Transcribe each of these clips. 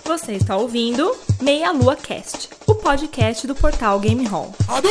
Você está ouvindo Meia Lua Cast, o podcast do portal Game Hall.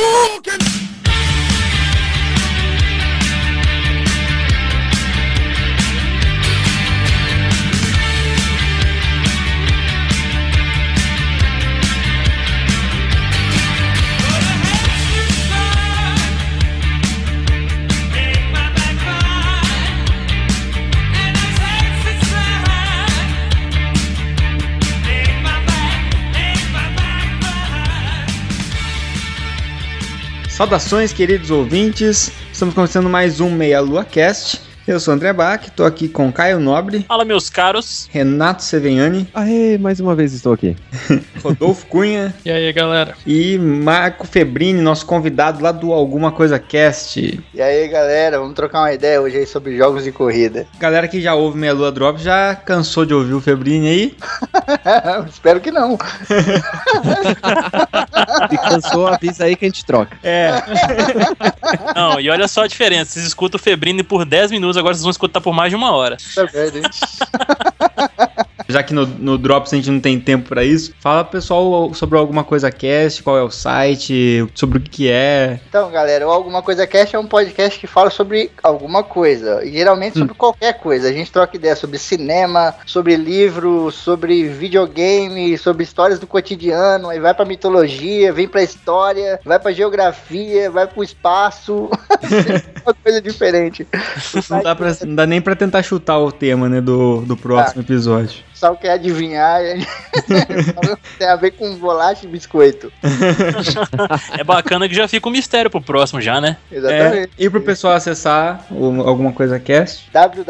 Saudações, queridos ouvintes, estamos começando mais um Meia Lua Cast. Eu sou o André Bach, tô aqui com Caio Nobre. Fala, meus caros. Renato Seveniani. Aê, mais uma vez estou aqui. Rodolfo Cunha. E aí, galera? E Marco Febrini, nosso convidado lá do Alguma Coisa Cast. E aí, galera, vamos trocar uma ideia hoje aí sobre jogos de corrida. Galera que já ouve Meia Lua Drop já cansou de ouvir o Febrini aí? Espero que não. Se cansou, avisa aí que a gente troca. Não, e olha só a diferença. Vocês escutam o Febrini por 10 minutos, agora vocês vão escutar por mais de 1 hora. É verdade, hein? Já que no Drops a gente não tem tempo pra isso, fala pessoal sobre Alguma Coisa Cast, qual é o site, sobre o que é. Então, galera, o Alguma Coisa Cast é um podcast que fala sobre alguma coisa, e geralmente sobre qualquer coisa. A gente troca ideia sobre cinema, sobre livro, sobre videogame, sobre histórias do cotidiano, aí vai pra mitologia, vem pra história, vai pra geografia, vai pro espaço. Uma coisa diferente. Não dá nem pra tentar chutar o tema, né, do próximo episódio. Só quer adivinhar, tem a ver com bolacha e biscoito. É bacana que já fica um mistério pro próximo já, né? Exatamente. E pro pessoal acessar o Alguma Coisa Cast?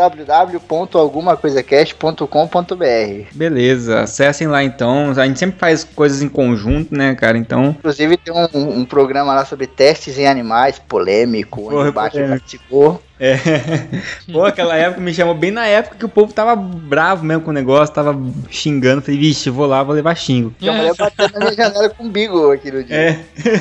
www.algumacoisacast.com.br. Beleza, acessem lá então. A gente sempre faz coisas em conjunto, né, cara? Então. Inclusive tem um programa lá sobre testes em animais, polêmico, onde o Bach participou. Pô, aquela época me chamou bem na época que o povo tava bravo mesmo com o negócio, tava xingando. Falei, vixe, vou lá, vou levar xingo. A mulher bateu na minha janela com o Beagle aqui no dia.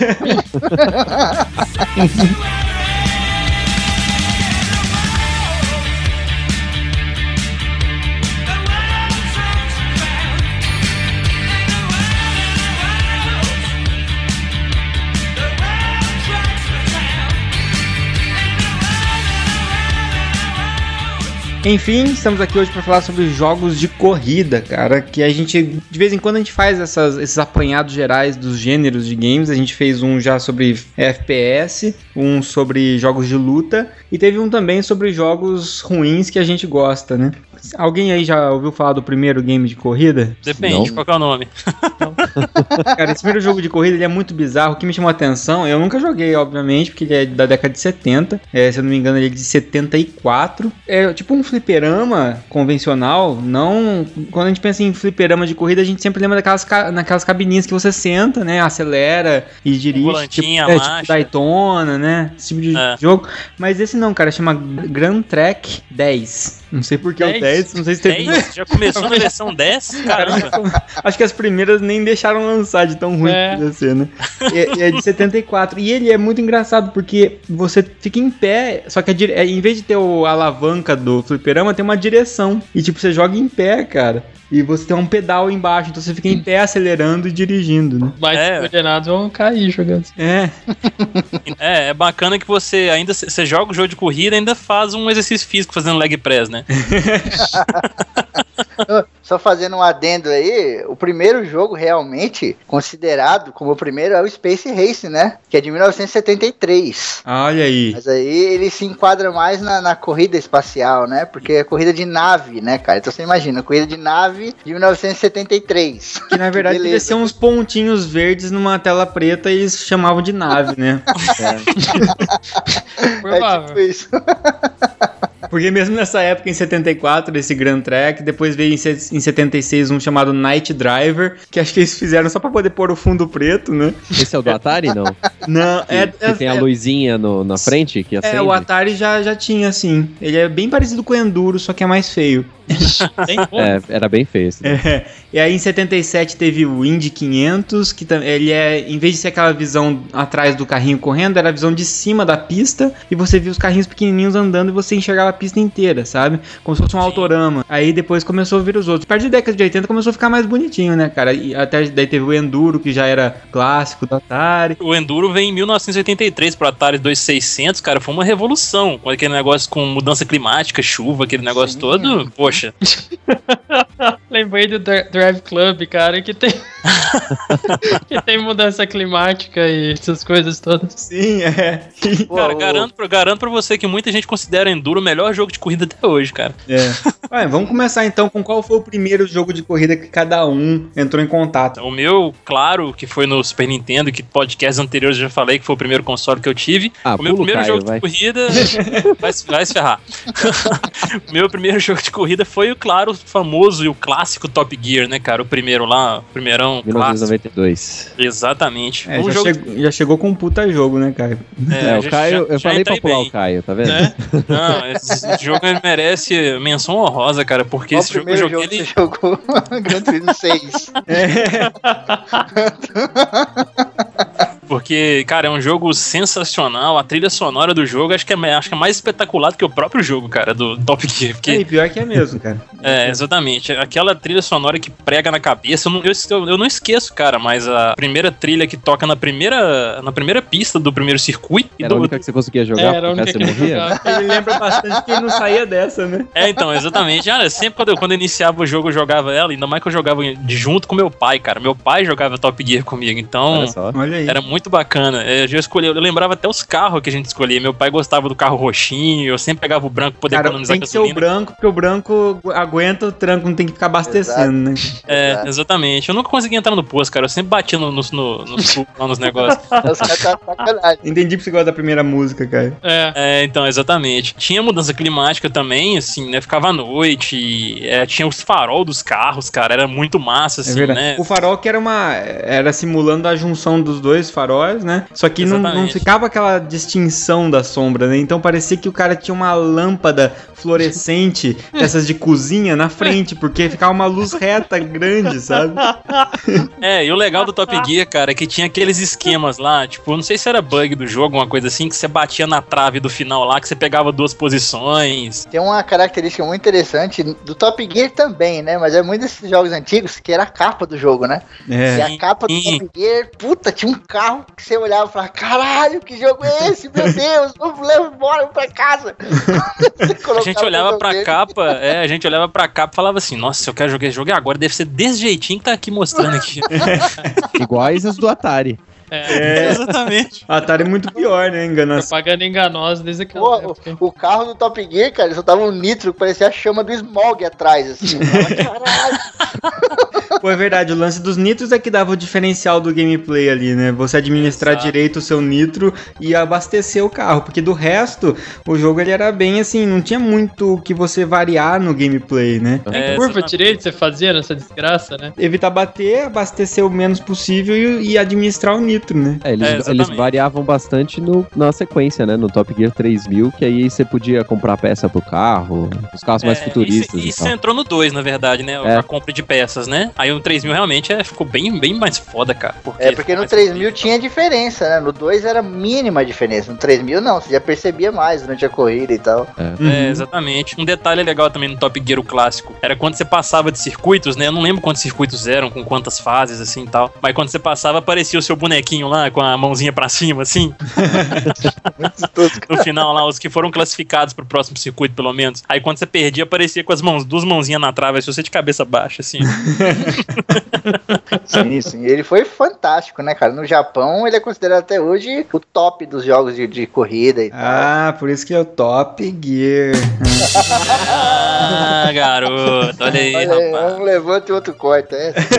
Enfim, estamos aqui hoje para falar sobre jogos de corrida, cara, que a gente, de vez em quando a gente faz esses apanhados gerais dos gêneros de games. A gente fez um já sobre FPS, um sobre jogos de luta e teve um também sobre jogos ruins que a gente gosta, né? Alguém aí já ouviu falar do primeiro game de corrida? Depende, qual que é o nome? Cara, esse primeiro jogo de corrida ele é muito bizarro. O que me chamou a atenção, eu nunca joguei, obviamente, porque ele é da década de 70. Se eu não me engano, ele é de 74. É tipo um fliperama convencional. Não, quando a gente pensa em fliperama de corrida, a gente sempre lembra naquelas cabininhas que você senta, né? Acelera e dirige. Volantinha, tipo Daytona, né? Esse tipo de jogo. Mas esse não, cara, chama Grand Trek 10. Não sei por que é o 10, não sei se teve... 10? Já começou na versão 10? Caramba! Acho que as primeiras nem deixaram lançar de tão ruim que ia ser, né? É de 74. E ele é muito engraçado porque você fica em pé, só que em vez de ter a alavanca do fliperama, tem uma direção. E tipo, você joga em pé, cara. E você tem um pedal embaixo, então você fica em pé acelerando e dirigindo, né? Mas os coordenados vão cair jogando. É bacana que você joga o jogo de corrida e ainda faz um exercício físico fazendo leg press, né? Só fazendo um adendo aí, o primeiro jogo realmente considerado como o primeiro é o Space Race, né? Que é de 1973. Olha aí. Mas aí ele se enquadra mais na corrida espacial, né? Porque é corrida de nave, né, cara? Então você imagina, corrida de nave de 1973. Que na verdade devia ser uns pontinhos verdes numa tela preta e eles chamavam de nave, né? É tipo isso. Porque mesmo nessa época, em 74, esse Grand Trek, depois veio em 76 um chamado Night Driver, que acho que eles fizeram só pra poder pôr o fundo preto, né? Esse é o do Atari, não? Não, que tem a luzinha na frente que acende? O Atari já tinha, assim. Ele é bem parecido com o Enduro, só que é mais feio. Era bem feio esse. E aí em 77 teve o Indy 500, que ele em vez de ser aquela visão atrás do carrinho correndo, era a visão de cima da pista, e você via os carrinhos pequenininhos andando e você enxergava a pista inteira, sabe? Como se fosse um autorama. Aí depois começou a vir os outros. A partir da década de 80 começou a ficar mais bonitinho, né, cara? E até daí teve o Enduro, que já era clássico do Atari. O Enduro veio em 1983 pro Atari 2600, cara, foi uma revolução. Com aquele negócio com mudança climática, chuva, aquele negócio todo, poxa. Lembrei do Drive Club, cara, que tem que tem mudança climática e essas coisas todas. Sim, é. Cara, garanto pra você que muita gente considera Enduro o melhor jogo de corrida até hoje, cara. Ué, vamos começar então com qual foi o primeiro jogo de corrida que cada um entrou em contato. O meu, claro, que foi no Super Nintendo, que podcasts anteriores eu já falei que foi o primeiro console que eu tive. O meu primeiro jogo de corrida... Vai se ferrar. O meu primeiro jogo de corrida foi, claro, o famoso e o clássico Top Gear, né, cara? O primeiro lá, o primeirão 1992. clássico. Exatamente. Já chegou com um puta jogo, né, Caio? O Caio, eu falei pra pular o Caio, tá vendo? Não, esse jogo merece menção honrosa, cara, porque esse jogo eu joguei ele... Você jogou Gran Turismo 6. Porque, cara, é um jogo sensacional. A trilha sonora do jogo acho que é mais espetacular do que o próprio jogo, cara, do Top Gear. Porque... pior que é mesmo, cara. Exatamente. Aquela trilha sonora que prega na cabeça, eu não esqueço, cara, mas a primeira trilha que toca na primeira pista do primeiro circuito... Era a única que você conseguia jogar, era a única porque você morria? Ele lembra bastante que ele não saía dessa, né? Então, exatamente. Sempre quando eu iniciava o jogo, eu jogava ela, ainda mais que eu jogava junto com meu pai, cara. Meu pai jogava Top Gear comigo, então... Olha aí. Era muito bacana. Eu lembrava até os carros que a gente escolhia. Meu pai gostava do carro roxinho, eu sempre pegava o branco pra poder economizar gasolina. Tem que ser o branco, porque o branco aguenta o tranco, não tem que ficar abastecendo, né? Exatamente. Eu nunca consegui entrar no posto, cara. Eu sempre batia nos negócios. Entendi porque você gosta da primeira música, cara. Então, exatamente. Tinha mudança climática também, assim, né? Ficava à noite, tinha os farol dos carros, cara. Era muito massa, assim, né? O farol que era simulando a junção dos dois faróis, né? Só que não ficava aquela distinção da sombra, né? Então parecia que o cara tinha uma lâmpada fluorescente, dessas de cozinha, na frente, porque ficava uma luz reta grande, sabe? E o legal do Top Gear, cara, é que tinha aqueles esquemas lá, tipo, eu não sei se era bug do jogo, uma coisa assim, que você batia na trave do final lá, que você pegava 2 posições. Tem uma característica muito interessante do Top Gear também, né? Mas é muito desses jogos antigos, que era a capa do jogo, né? E a capa do Top Gear, puta, tinha um carro que você olhava e falava, caralho, que jogo é esse? Meu Deus, vamos levar embora pra casa. A gente olhava pra capa, a gente olhava pra capa e falava assim, nossa, se eu quero jogar esse jogo agora, deve ser desse jeitinho que tá aqui mostrando aqui. Iguais as do Atari. Exatamente. A Atari é muito pior, né? Propaganda enganosa desde aquela época. O carro do Top Gear, cara, ele só tava um nitro que parecia a chama do Smog atrás, assim. Caralho. Pô, é verdade, o lance dos nitros é que dava o diferencial do gameplay ali, né? Você administrar direito o seu nitro e abastecer o carro, porque do resto, o jogo ele era bem assim, não tinha muito o que você variar no gameplay, né? Curva direito você fazia nessa desgraça, né? Evitar bater, abastecer o menos possível e administrar o nitro, né? Eles variavam bastante na sequência, né? No Top Gear 3000, que aí você podia comprar peça pro carro, os carros mais futuristas. Isso entrou no 2, na verdade, né? A compra de peças, né? Aí o 3000 realmente ficou bem mais foda, cara. Porque no 3000 tinha diferença, né? No 2 era mínima a diferença. No 3000 não, você já percebia mais durante a corrida e tal. Exatamente. Um detalhe legal também no Top Gear, o clássico, era quando você passava de circuitos, né? Eu não lembro quantos circuitos eram, com quantas fases, assim e tal. Mas quando você passava, aparecia o seu bonequinho lá, com a mãozinha pra cima, assim. No final lá, os que foram classificados pro próximo circuito, pelo menos. Aí quando você perdia, aparecia com as duas mãozinhas na trave, se você de cabeça baixa, assim. Sim. Ele foi fantástico, né, cara? No Japão, ele é considerado até hoje o top dos jogos de corrida e tal. Por isso que é o Top Gear. Garoto, olha aí, rapaz. Um levanta e outro corta,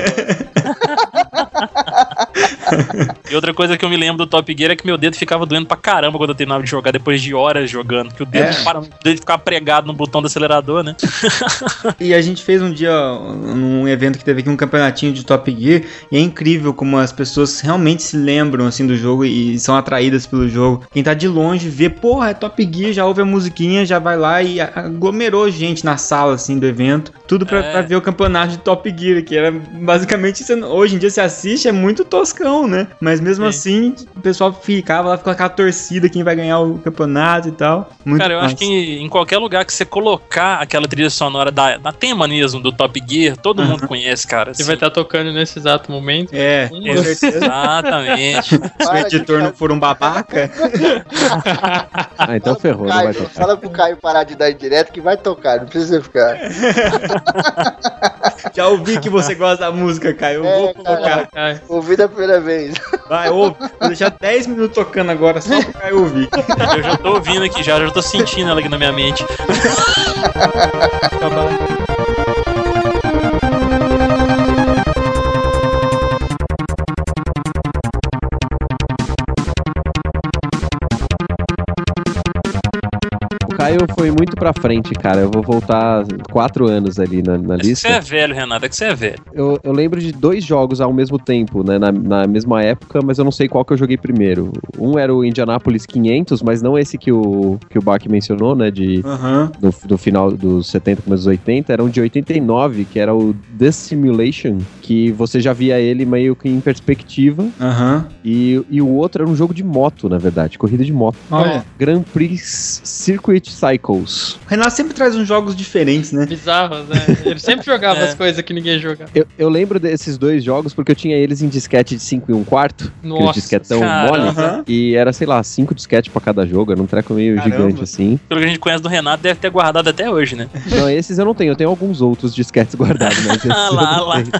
E outra coisa que eu me lembro do Top Gear é que meu dedo ficava doendo pra caramba quando eu terminava de jogar, depois de horas jogando, que o dedo ficava pregado no botão do acelerador, né? E a gente fez um dia, num evento que teve aqui, um campeonatinho de Top Gear, e é incrível como as pessoas realmente se lembram, assim, do jogo e são atraídas pelo jogo. Quem tá de longe vê, porra, é Top Gear, já ouve a musiquinha, já vai lá e aglomerou gente na sala, assim, do evento, tudo pra ver o campeonato de Top Gear, que era basicamente, hoje em dia você assiste, é muito toscão, não, né? Mas mesmo assim, o pessoal ficava lá com aquela torcida, quem vai ganhar o campeonato e tal. Muito Cara, eu acho que em qualquer lugar que você colocar aquela trilha sonora da tema mesmo, do Top Gear, todo mundo conhece, cara. Você vai estar tocando nesse exato momento. É, com certeza. Exatamente. Se o editor não for um babaca... Ah, então ferrou, não vai tocar. Fala pro Caio parar de dar direto que vai tocar, não precisa ficar. Já ouvi que você gosta da música, Caio. Eu vou colocar. Ouvi da primeira vez. Vai, ouve. Vou deixar 10 minutos tocando agora só pro Caio ouvir. Eu já tô ouvindo aqui, já tô sentindo ela aqui na minha mente. Caio foi muito pra frente, cara. Eu vou voltar 4 anos ali na lista. Você é velho, Renato, é que você é velho. Eu lembro de 2 jogos ao mesmo tempo, né, na mesma época, mas eu não sei qual que eu joguei primeiro. Um era o Indianapolis 500, mas não esse que o Bach mencionou, né, do final dos 70, começo dos 80. Era um de 89, que era o The Simulation, que você já via ele meio que em perspectiva. E o outro era um jogo de moto, na verdade, corrida de moto. Olha. Grand Prix Circuit Cycles. O Renato sempre traz uns jogos diferentes, né? Bizarros, né? Ele sempre jogava as coisas que ninguém jogava. Eu lembro desses 2 jogos porque eu tinha eles em disquete de 5 1/4. Aquele disquetão mole. E era, sei lá, 5 disquetes pra cada jogo. Era um treco meio gigante, assim. Pelo que a gente conhece do Renato, deve ter guardado até hoje, né? Não, esses eu não tenho. Eu tenho alguns outros disquetes guardados, mas esses eu não tenho.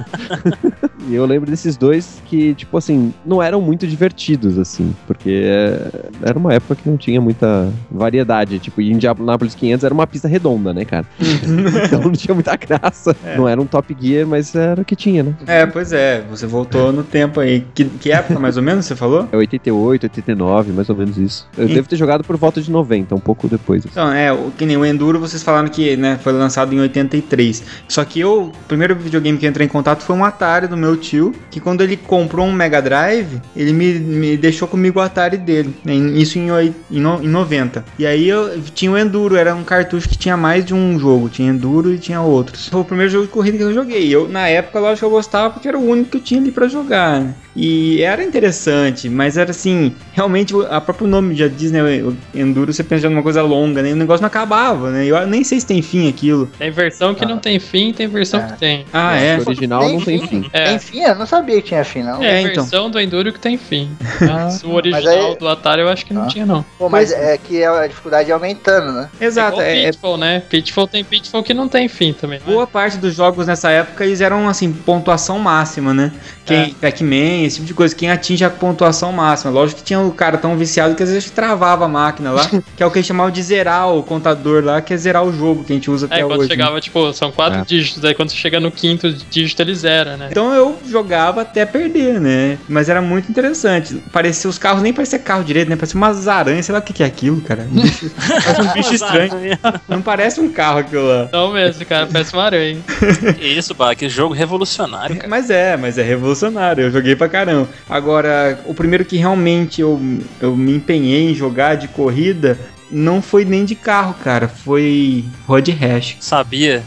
E eu lembro desses 2 que, tipo assim, não eram muito divertidos, assim. Porque era uma época que não tinha muita variedade. Tipo, e Indianapolis 500 era uma pista redonda, né, cara? Então não tinha muita graça. Não era um Top Gear, mas era o que tinha, né? Pois é. Você voltou no tempo aí. Que época, mais ou menos, você falou? É 88, 89, mais ou menos isso. Eu devo ter jogado por volta de 90, um pouco depois. Assim. Então, que nem o Enduro, vocês falaram que, né, foi lançado em 83. Só que o primeiro videogame que eu entrei em contato foi um Atari do meu tio, que quando ele comprou um Mega Drive, ele me deixou comigo o Atari dele, né, isso em 90. E aí eu tinha o Enduro, era um cartucho que tinha mais de um jogo, tinha Enduro e tinha outros. Foi o primeiro jogo de corrida que eu joguei. Eu, na época, lógico que eu gostava porque era o único que eu tinha ali pra jogar, né? E era interessante, mas era assim, realmente, a próprio nome já diz, né, o Enduro, você pensa numa coisa longa, né, o negócio não acabava, né, eu nem sei se tem fim aquilo. Tem versão que não tem fim, tem versão que tem. O original não tem fim. Tem fim? Eu não sabia que tinha fim, não. É, a versão do Enduro que tem fim. O original do Atari eu acho que não tinha, não. Pô, mas é que a dificuldade é aumentando, né? Exato. Pitfall, né? Pitfall tem Pitfall que não tem fim também, né? Boa parte dos jogos nessa época, eles eram, assim, pontuação máxima, né? Pac-Man, esse tipo de coisa, quem atinge a pontuação máxima. Lógico que tinha o cara tão viciado que às vezes travava a máquina lá, que é o que eles chamavam de zerar o contador lá, que é zerar o jogo que a gente usa até hoje. Quando chegava, tipo, são 4 dígitos, aí quando você chega no 5º dígito ele zera, né? Então eu jogava até perder, né? Mas era muito interessante. Parecia, os carros nem parecia carro direito, né? Parecia umas aranhas, sei lá o que é aquilo, cara. Parece um bicho estranho. Não parece um carro aquilo lá. Não mesmo, cara, parece uma aranha. Isso, Bach, que jogo revolucionário, cara. Mas é revolucionário, eu joguei pra caramba. Agora, o primeiro que realmente eu me empenhei em jogar de corrida não foi nem de carro, cara, foi Road Rash. Sabia?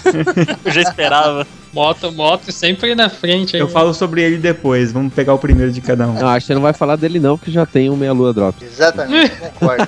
Eu já esperava. Moto sempre na frente. Eu falo sobre ele depois, vamos pegar o primeiro de cada um. Não, acho que você não vai falar dele não, porque já tem um Meia Lua Drop. Exatamente, concordo.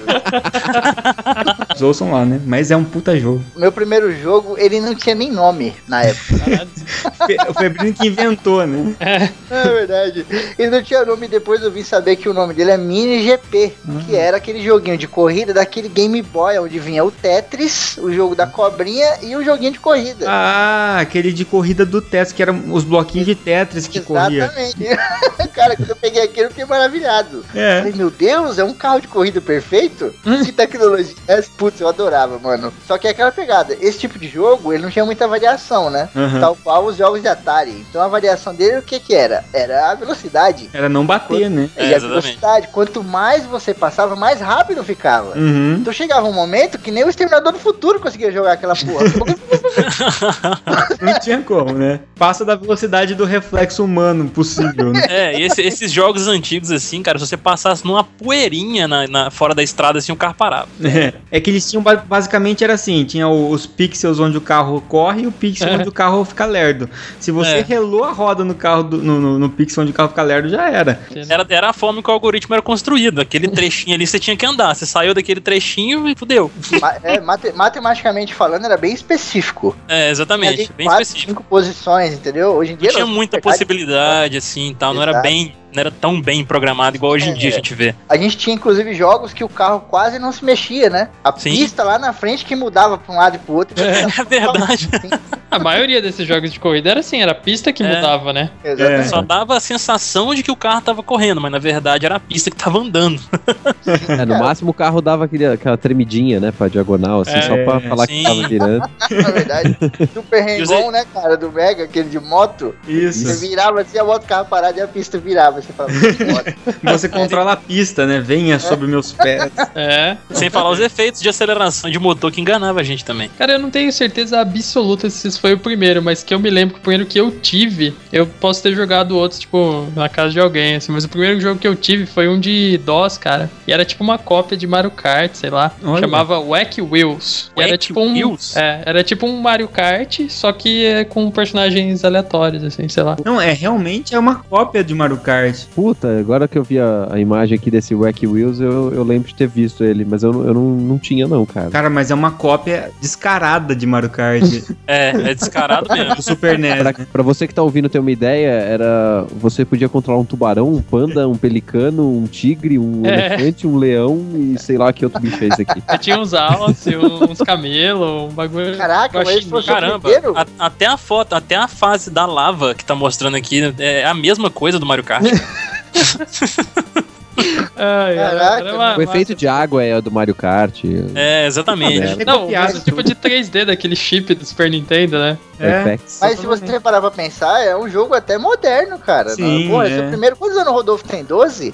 Ouçam lá, né? Mas é um puta jogo. Meu primeiro jogo, ele não tinha nem nome na época. O Febrino que inventou, né? É verdade. Ele não tinha nome, depois eu vim saber que o nome dele é Mini GP, que era aquele joguinho de corrida daquele Game Boy, onde vinha o Tetris, o jogo da cobrinha e o joguinho de corrida. Ah, aquele de corrida do Tetris, que eram os bloquinhos de Tetris que corria. Exatamente. Cara, quando eu peguei aquilo, eu fiquei maravilhado. Falei, meu Deus, é um carro de corrida perfeito? Que tecnologia. Putz, eu adorava, mano. Só que é aquela pegada. Esse tipo de jogo, ele não tinha muita variação, né? Tal qual os jogos de Atari. Então a variação dele, o que que era? Era a velocidade. Era não bater, né? E a velocidade. Quanto mais você passava, mais rápido ficava. Então chegava um momento que nem o Exterminador do Futuro conseguia jogar aquela porra. Não tinha como. Então, né? Passa da velocidade do reflexo humano possível, né? E esses jogos antigos, assim, cara, se você passasse numa poeirinha fora da estrada, assim, o carro parava. É que eles tinham, basicamente era assim, tinha os pixels onde o carro corre e o pixel onde o carro fica lerdo. Se você relou a roda no carro, no pixel onde o carro fica lerdo, já era. Era a forma que o algoritmo era construído. Aquele trechinho ali, você tinha que andar. Você saiu daquele trechinho e fudeu. Matematicamente falando, era bem específico. Exatamente. Bem 4, específico. 5 posições, entendeu? Hoje em dia não tinha muita possibilidade, assim, e tal. Não era tão bem programado igual hoje em dia a gente vê. A gente tinha, inclusive, jogos que o carro quase não se mexia, né? A pista lá na frente que mudava pra um lado e pro outro. É verdade. A maioria desses jogos de corrida era assim, era a pista que mudava, né? Exatamente. Só dava a sensação de que o carro tava correndo, mas na verdade era a pista que tava andando. No máximo o carro dava aquela tremidinha, né, pra diagonal, assim, só pra falar que tava virando. Na verdade, Super Hang-On, né, cara, do Mega, aquele de moto. Isso. Você virava assim, a moto ficava parada e a pista virava. Você falava, você controla a pista, né? Venha sobre meus pés. Sem falar os efeitos de aceleração de motor que enganava a gente também. Cara, eu não tenho certeza absoluta se isso foi o primeiro, mas que eu me lembro que o primeiro que eu tive, eu posso ter jogado outros, tipo, na casa de alguém, assim, mas o primeiro jogo que eu tive foi um de DOS, cara, e era tipo uma cópia de Mario Kart, sei lá, chamava Wacky Wheels. Era tipo era tipo um Mario Kart, só que com personagens aleatórios, assim, sei lá. Não, realmente é uma cópia de Mario Kart. Puta, agora que eu vi a imagem aqui desse Wacky Wheels, eu lembro de ter visto ele, mas eu não tinha não, cara. Cara, mas é uma cópia descarada de Mario Kart. É descarado mesmo. Do Super NES. Pra você que tá ouvindo ter uma ideia, você podia controlar um tubarão, um panda, um pelicano, um tigre, um elefante, um leão e sei lá que outro bicho é esse aqui. Tinha uns alce, uns camelos, um bagulho. Caraca, mas esse foi caramba, até a foto, até a fase da lava que tá mostrando aqui é a mesma coisa do Mario Kart. O efeito de água é do Mario Kart. Exatamente. Não, mas tipo de 3D daquele chip do Super Nintendo, né? Mas se você parar pra pensar, é um jogo até moderno, cara. Sim, Porra, esse é o primeiro. Quantos anos o Rodolfo tem? 12?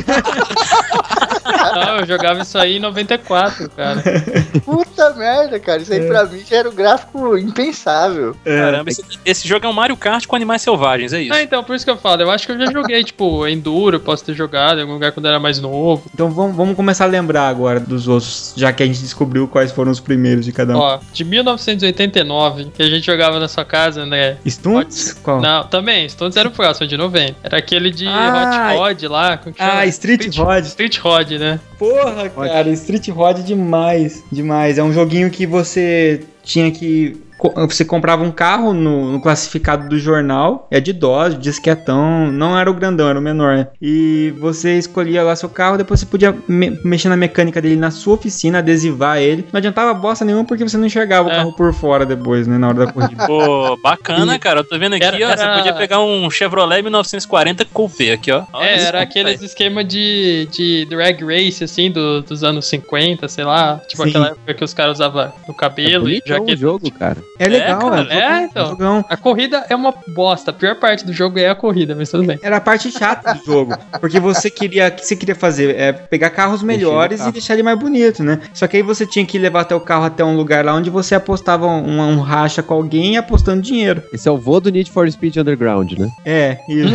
Não, eu jogava isso aí em 94, cara. Puta merda, cara. Isso aí pra mim já era um gráfico impensável. Caramba, esse jogo é um Mario Kart com animais selvagens, é isso? Então, por isso que eu falo. Eu acho que eu já joguei, tipo, Enduro, posso ter jogado em algum lugar quando era mais novo. Então vamos começar a lembrar agora dos outros, já que a gente descobriu quais foram os primeiros de cada um. Ó, de 1989, que a gente jogava na sua casa, né? Stunts? Qual? Não, também, Stunts era o próximo, de 90. Era aquele de Hot Rod lá. Como que chama? Street Rod. Street Rod, né? Porra, cara, Street Rod demais. Demais. É um joguinho que você tinha que... Você comprava um carro no classificado do jornal, de DOS, disquetão, não era o grandão, era o menor. E você escolhia lá seu carro, depois você podia mexer na mecânica dele na sua oficina, adesivar ele. Não adiantava bosta nenhuma porque você não enxergava o carro por fora depois, né, na hora da corrida. Pô, bacana, cara. Eu tô vendo aqui, ó, você podia pegar um Chevrolet 1940 Coupe aqui, ó. Era aqueles esquema de drag race, assim, dos anos 50, sei lá. Tipo aquela época que os caras usavam no cabelo e jaqueta. Jogo, cara. É legal, cara. Então. A corrida é uma bosta. A pior parte do jogo é a corrida, mas tudo bem. Era a parte chata do jogo. Porque você queria fazer pegar carros melhores e deixar ele mais bonito, né? Só que aí você tinha que levar teu carro até um lugar lá onde você apostava um racha com alguém apostando dinheiro. Esse é o vô do Need for Speed Underground, né? Isso.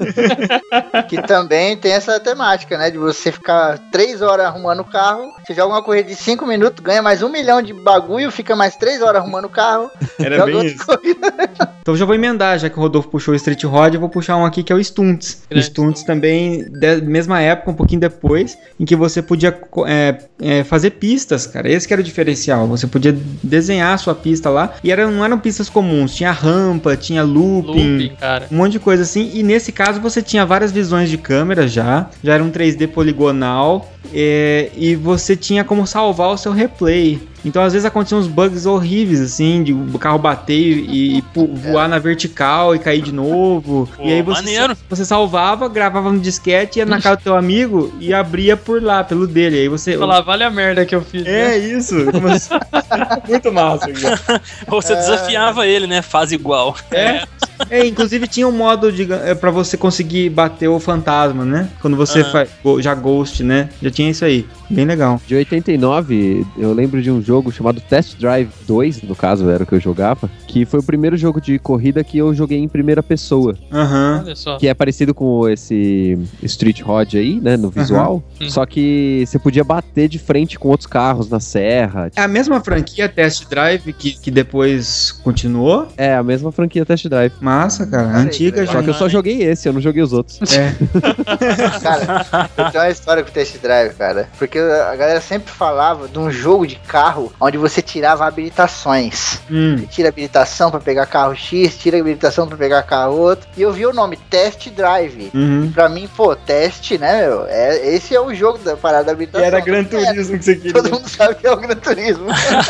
Que também tem essa temática, né? De você ficar 3 horas arrumando o carro, você joga uma corrida de 5 minutos, ganha mais 1 milhão de bagulho, fica mais 3 horas arrumando o carro. Era bem isso. Então já vou emendar, já que o Rodolfo puxou o Street Rod, eu vou puxar um aqui que é o Stunts. O Stunts também, mesma época, um pouquinho depois, em que você podia fazer pistas, cara. Esse que era o diferencial. Você podia desenhar a sua pista lá, e não eram pistas comuns. Tinha rampa, tinha looping cara. Um monte de coisa assim. E nesse caso você tinha várias visões de câmera já era um 3D poligonal, e você tinha como salvar o seu replay. Então, às vezes, aconteciam uns bugs horríveis, assim, de o carro bater e voar na vertical e cair de novo. Pô, e aí você salvava, gravava no disquete, ia na casa do teu amigo e abria por lá, pelo dele. Aí você... Falar, vale a merda que eu fiz. Isso. Muito massa. Você desafiava ele, né? Faz igual. Inclusive tinha um modo pra você conseguir bater o fantasma, né? Quando você faz já Ghost, né? Já tinha isso aí. bem legal. De 89, eu lembro de um jogo chamado Test Drive 2, no caso, era o que eu jogava, que foi o primeiro jogo de corrida que eu joguei em primeira pessoa. Olha só. Que é parecido com esse Street Rod aí, né, no visual. Só que você podia bater de frente com outros carros na serra. É a mesma franquia Test Drive que depois continuou? É, a mesma franquia Test Drive. Massa, cara. Antiga já. Só que eu só joguei esse, eu não joguei os outros. É. Cara, eu tenho uma história com o Test Drive, cara. Porque a galera sempre falava de um jogo de carro onde você tirava habilitações. Você tira habilitação pra pegar carro X, tira habilitação pra pegar carro outro. E eu vi o nome Test Drive. E pra mim, pô, teste, né, meu? Esse é o jogo da parada da habilitação. E era Gran Turismo que você queria. Todo mundo sabe que é o Gran Turismo.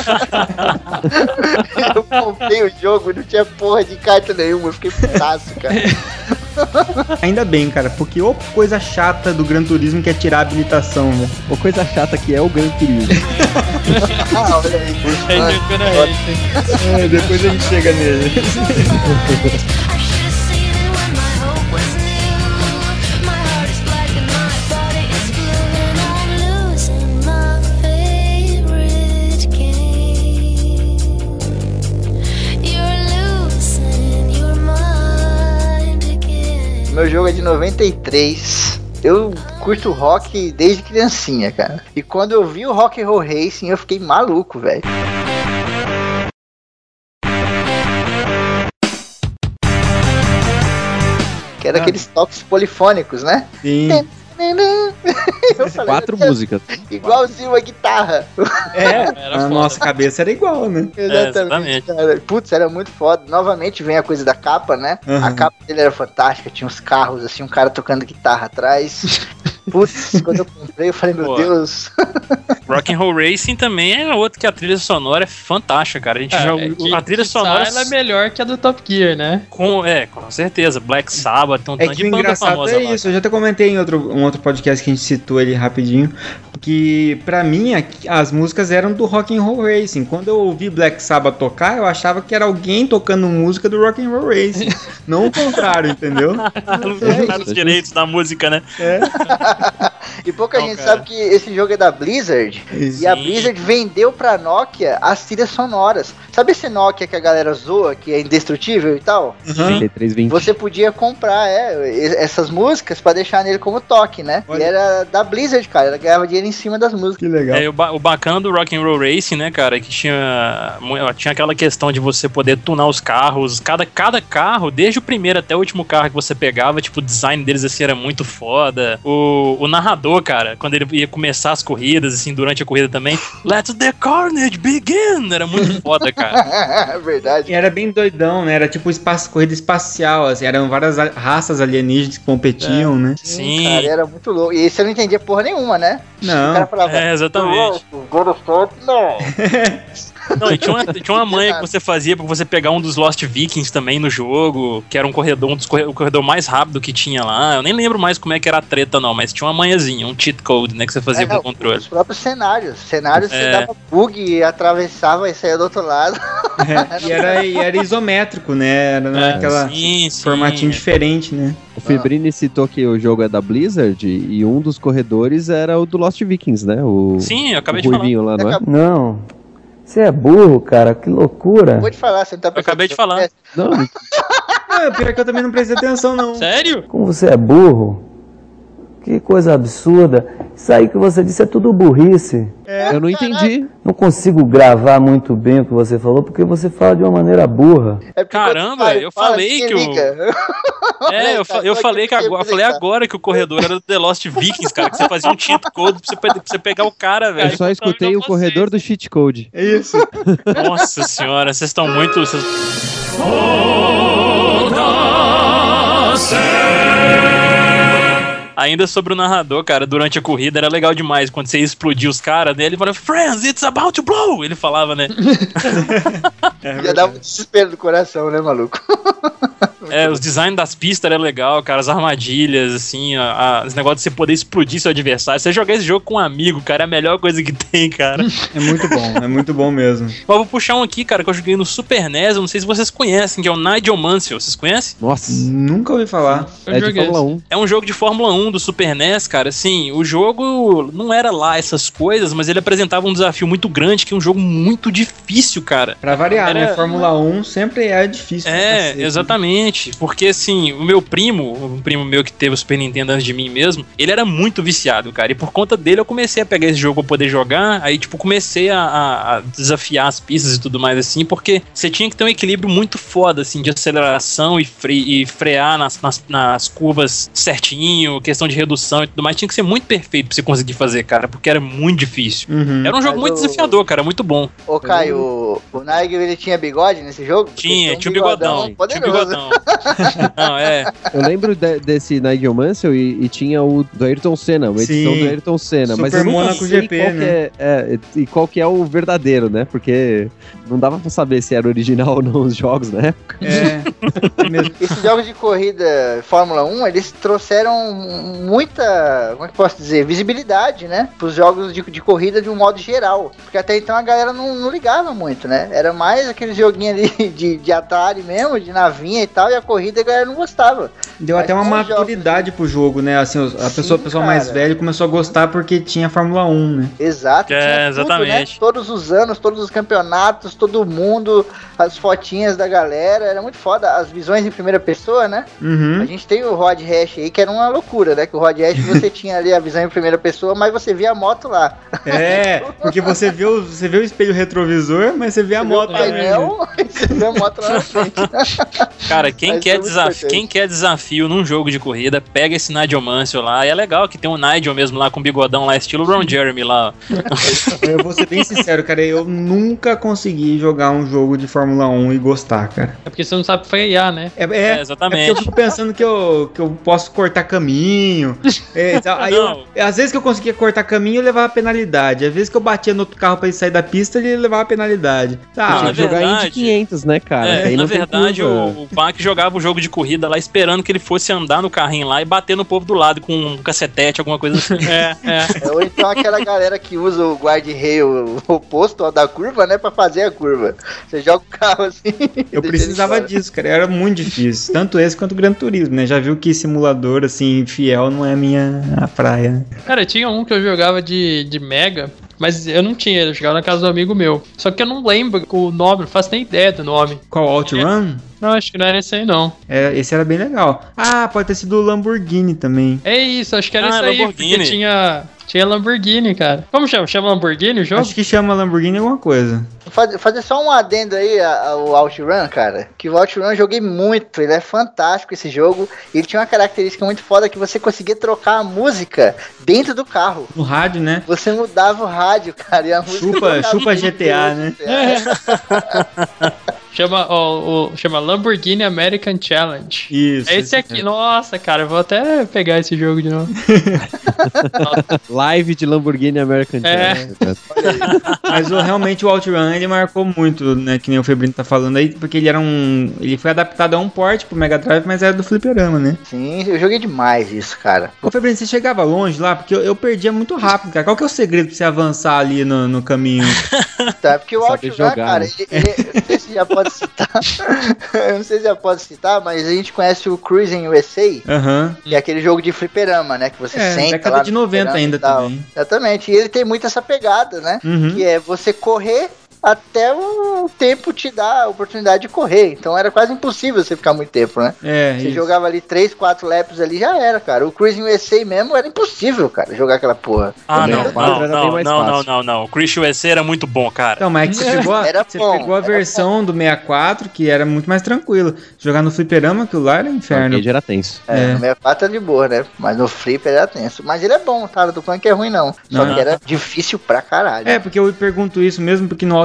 Eu comprei o jogo e não tinha porra de carta nenhuma. Eu fiquei putaço, cara. Ainda bem, cara, porque ô coisa chata do Gran Turismo que é tirar a habilitação, né? Ou coisa chata que é o Gran Turismo. Olha aí. Depois a gente chega nele. Meu jogo é de 93. Eu curto rock desde criancinha, cara. E quando eu vi o Rock 'n' Roll Racing, eu fiquei maluco, velho. Que era aqueles toques polifônicos, né? Sim. Eu falei, 4 músicas. igualzinho a guitarra. A nossa cabeça era igual, né? Exatamente, cara. Putz, era muito foda. Novamente vem a coisa da capa, né? A capa dele era fantástica, tinha uns carros, assim, um cara tocando guitarra atrás. Putz, quando eu comprei, eu falei, meu Deus. Rock'n'Roll Racing também é outro que a trilha sonora é fantástica, cara. A gente joga. A trilha sonora. Ela é melhor que a do Top Gear, né? Com certeza. Black Sabbath, tem um tanto que de o banda engraçado famosa é isso, eu já até comentei em um outro podcast que a gente citou ele rapidinho, que pra mim as músicas eram do Rock'n'Roll Racing. Quando eu ouvi Black Sabbath tocar, eu achava que era alguém tocando música do Rock'n'Roll Racing, não o contrário, entendeu? Não os direitos da música, né? E pouca gente sabe que esse jogo é da Blizzard. Sim. E a Blizzard vendeu pra Nokia as trilhas sonoras. Sabe esse Nokia que a galera zoa, que é indestrutível e tal? 3320. Você podia comprar essas músicas pra deixar nele como toque, né? Olha. E era da Blizzard, cara. Ela ganhava dinheiro em cima das músicas. Que legal. O bacana do Rock'n'Roll Racing, né, cara, é que tinha aquela questão de você poder tunar os carros. Cada carro, desde o primeiro até o último carro que você pegava, tipo, o design deles, assim, era muito foda. O narrador, cara, quando ele ia começar as corridas, assim, durante a corrida também, Let the carnage begin! Era muito foda, cara. É verdade. E era bem doidão, né? Era tipo corrida espacial, assim, eram várias raças alienígenas que competiam, né? Sim. Cara, era muito louco. E você não entendia porra nenhuma, né? Não. O cara falava, exatamente. Não. Não, e tinha uma manha que você fazia pra você pegar um dos Lost Vikings também no jogo, que era o corredor mais rápido que tinha lá. Eu nem lembro mais como é que era a treta, não, mas tinha uma manhazinha, um cheat code, né, que você fazia pro controle. Os próprios cenários. Cenários você dava bug e atravessava e saía do outro lado. E era isométrico, né? Era aquela formatinho diferente, né? O Febrini citou que o jogo é da Blizzard e um dos corredores era o do Lost Vikings, né? Sim, eu acabei de falar. Lá, não é? Não. Você é burro, cara, que loucura. Vou te falar, você não tá Eu acabei de falar. Não. Pior que eu também não prestei atenção, não. Sério? Como você é burro? Que coisa absurda. Isso aí que você disse é tudo burrice. Eu não entendi. Não consigo gravar muito bem o que você falou, porque você fala de uma maneira burra. Caramba, eu falei que eu falei agora que o corredor era do The Lost Vikings, cara, que você fazia um cheat code pra você pegar o cara, velho. Eu só escutei o corredor do cheat code. É isso. Nossa senhora, vocês estão muito... Ainda sobre o narrador, cara, durante a corrida era legal demais. Quando você ia explodir os caras, né, ele falava, Friends, it's about to blow! Ele falava, né? Já dava um desespero do coração, né, maluco? Os designs das pistas era legal, cara, as armadilhas, assim, os negócios de você poder explodir seu adversário. Você jogar esse jogo com um amigo, cara, é a melhor coisa que tem, cara. É muito bom mesmo. Mas vou puxar um aqui, cara, que eu joguei no Super NES, eu não sei se vocês conhecem, que é o Nigel Mansell. Vocês conhecem? Nossa. Nunca ouvi falar. É de Fórmula 1. É um jogo de Fórmula 1 do Super NES, cara. Assim, o jogo não era lá essas coisas, mas ele apresentava um desafio muito grande, que é um jogo muito difícil, cara. Pra variar, né? Fórmula 1 sempre é difícil. Exatamente. Porque, assim, o meu primo, um primo meu que teve o Super Nintendo antes de mim mesmo, ele era muito viciado, cara. E por conta dele eu comecei a pegar esse jogo pra poder jogar. Aí, tipo, comecei a desafiar as pistas e tudo mais, assim, porque você tinha que ter um equilíbrio muito foda, assim, de aceleração e frear nas curvas certinho, questão de redução e tudo mais. Tinha que ser muito perfeito pra você conseguir fazer, cara, porque era muito difícil. Era um jogo muito desafiador, cara, muito bom. Ô, Caio, o Nigel, ele tinha bigode nesse jogo? Tinha um bigodão. Tinha um bigodão. Não, Eu lembro desse Nigel Mansell e tinha o do Ayrton Senna, uma edição do Ayrton Senna. Super mas eu nunca Monaco sei GP, qual né? e qual que é o verdadeiro, né? Porque não dava pra saber se era original ou não os jogos na época. Esses jogos de corrida Fórmula 1, eles trouxeram muita, como é que posso dizer, visibilidade, né? Pros jogos de corrida de um modo geral. Porque até então a galera não ligava muito, né? Era mais aqueles joguinhos ali de Atari mesmo, de navinha e tal, e a corrida a galera não gostava. Deu até uma maturidade pro jogo, né? Assim, o pessoal mais velho começou a gostar porque tinha Fórmula 1, né? Exato. Exatamente. Tudo, né? Todos os anos, todos os campeonatos, todo mundo, as fotinhas da galera, era muito foda. As visões em primeira pessoa, né? A gente tem o Road Rash aí, que era uma loucura, né? Que o Road Rash você tinha ali a visão em primeira pessoa, mas você via a moto lá. Porque você vê o espelho retrovisor, mas você vê a moto também. Você vê a moto lá na frente. Cara, quem quer desafio num jogo de corrida, pega esse Nigel Mansell lá. E é legal que tem um Nigel mesmo lá com bigodão lá, estilo Ron Jeremy lá. Eu vou ser bem sincero, cara, eu nunca consegui jogar um jogo de Fórmula 1 e gostar, cara. É porque você não sabe frear, né? Exatamente. É porque eu fico pensando que eu posso cortar caminho. Às vezes que eu conseguia cortar caminho, eu levava penalidade. Às vezes que eu batia no outro carro pra ele sair da pista, ele levava penalidade. Tinha que jogar Indy 500, né, cara? Na verdade, o Bach jogava o jogo de corrida lá esperando que ele fosse andar no carrinho lá e bater no povo do lado com um cacetete, alguma coisa assim. Ou então aquela galera que usa o guarda-rail oposto da curva, né, pra fazer a curva. Você joga o carro assim. Eu precisava disso, cara. Era muito difícil. Tanto esse quanto o Gran Turismo, né? Já viu que simulador, assim, fiel não é a praia, né? Cara, tinha um que eu jogava de Mega, mas eu não tinha, eu jogava na casa do amigo meu. Só que eu não lembro o nome, não faço nem ideia do nome. Qual, OutRun? Não, acho que não era esse aí, não. Esse era bem legal. Pode ter sido o Lamborghini também. É isso, acho que era isso aí, Lamborghini. porque tinha Lamborghini, cara. Como chama? Chama Lamborghini o jogo? Acho que chama Lamborghini alguma coisa. Fazer só um adendo aí ao OutRun, cara. Que o OutRun eu joguei muito. Ele é fantástico esse jogo. Ele tinha uma característica muito foda que você conseguia trocar a música dentro do carro. No rádio, né? Você mudava o rádio, cara. E a música chupa GTA, né? Chama Lamborghini American Challenge. Isso. É esse aqui. Nossa, cara, eu vou até pegar esse jogo de novo. Live de Lamborghini American Challenge. Mas realmente o OutRun, ele marcou muito, né? Que nem o Febrino tá falando aí, porque ele foi adaptado a um port pro Mega Drive, mas era do fliperama, né? Sim, eu joguei demais isso, cara. Ô, Febrino, você chegava longe lá? Porque eu perdia muito rápido, cara. Qual que é o segredo pra você avançar ali no caminho? Tá, porque o OutRun, cara, ele não sei se já pode citar. Eu não sei se já pode citar, mas a gente conhece o Cruising USA, que é aquele jogo de fliperama, né? Que você senta década lá de 90 ainda também. Exatamente, e ele tem muito essa pegada, né? Que é você correr até o tempo te dá a oportunidade de correr. Então era quase impossível você ficar muito tempo, né? Você jogava ali 3, 4 laps ali, já era, cara. O Cruising USA mesmo era impossível, cara, jogar aquela porra. Não. O Cruising USA era muito bom, cara. Então, mas é que você pegou a versão do 64, que era muito mais tranquilo. Jogar no fliperama, aquilo lá era inferno. O era tenso. No 64 era de boa, né? Mas no flipper era tenso. Mas ele é bom, tá? Não tô falando que é ruim, não. Só que era difícil pra caralho. Porque eu pergunto isso mesmo, porque no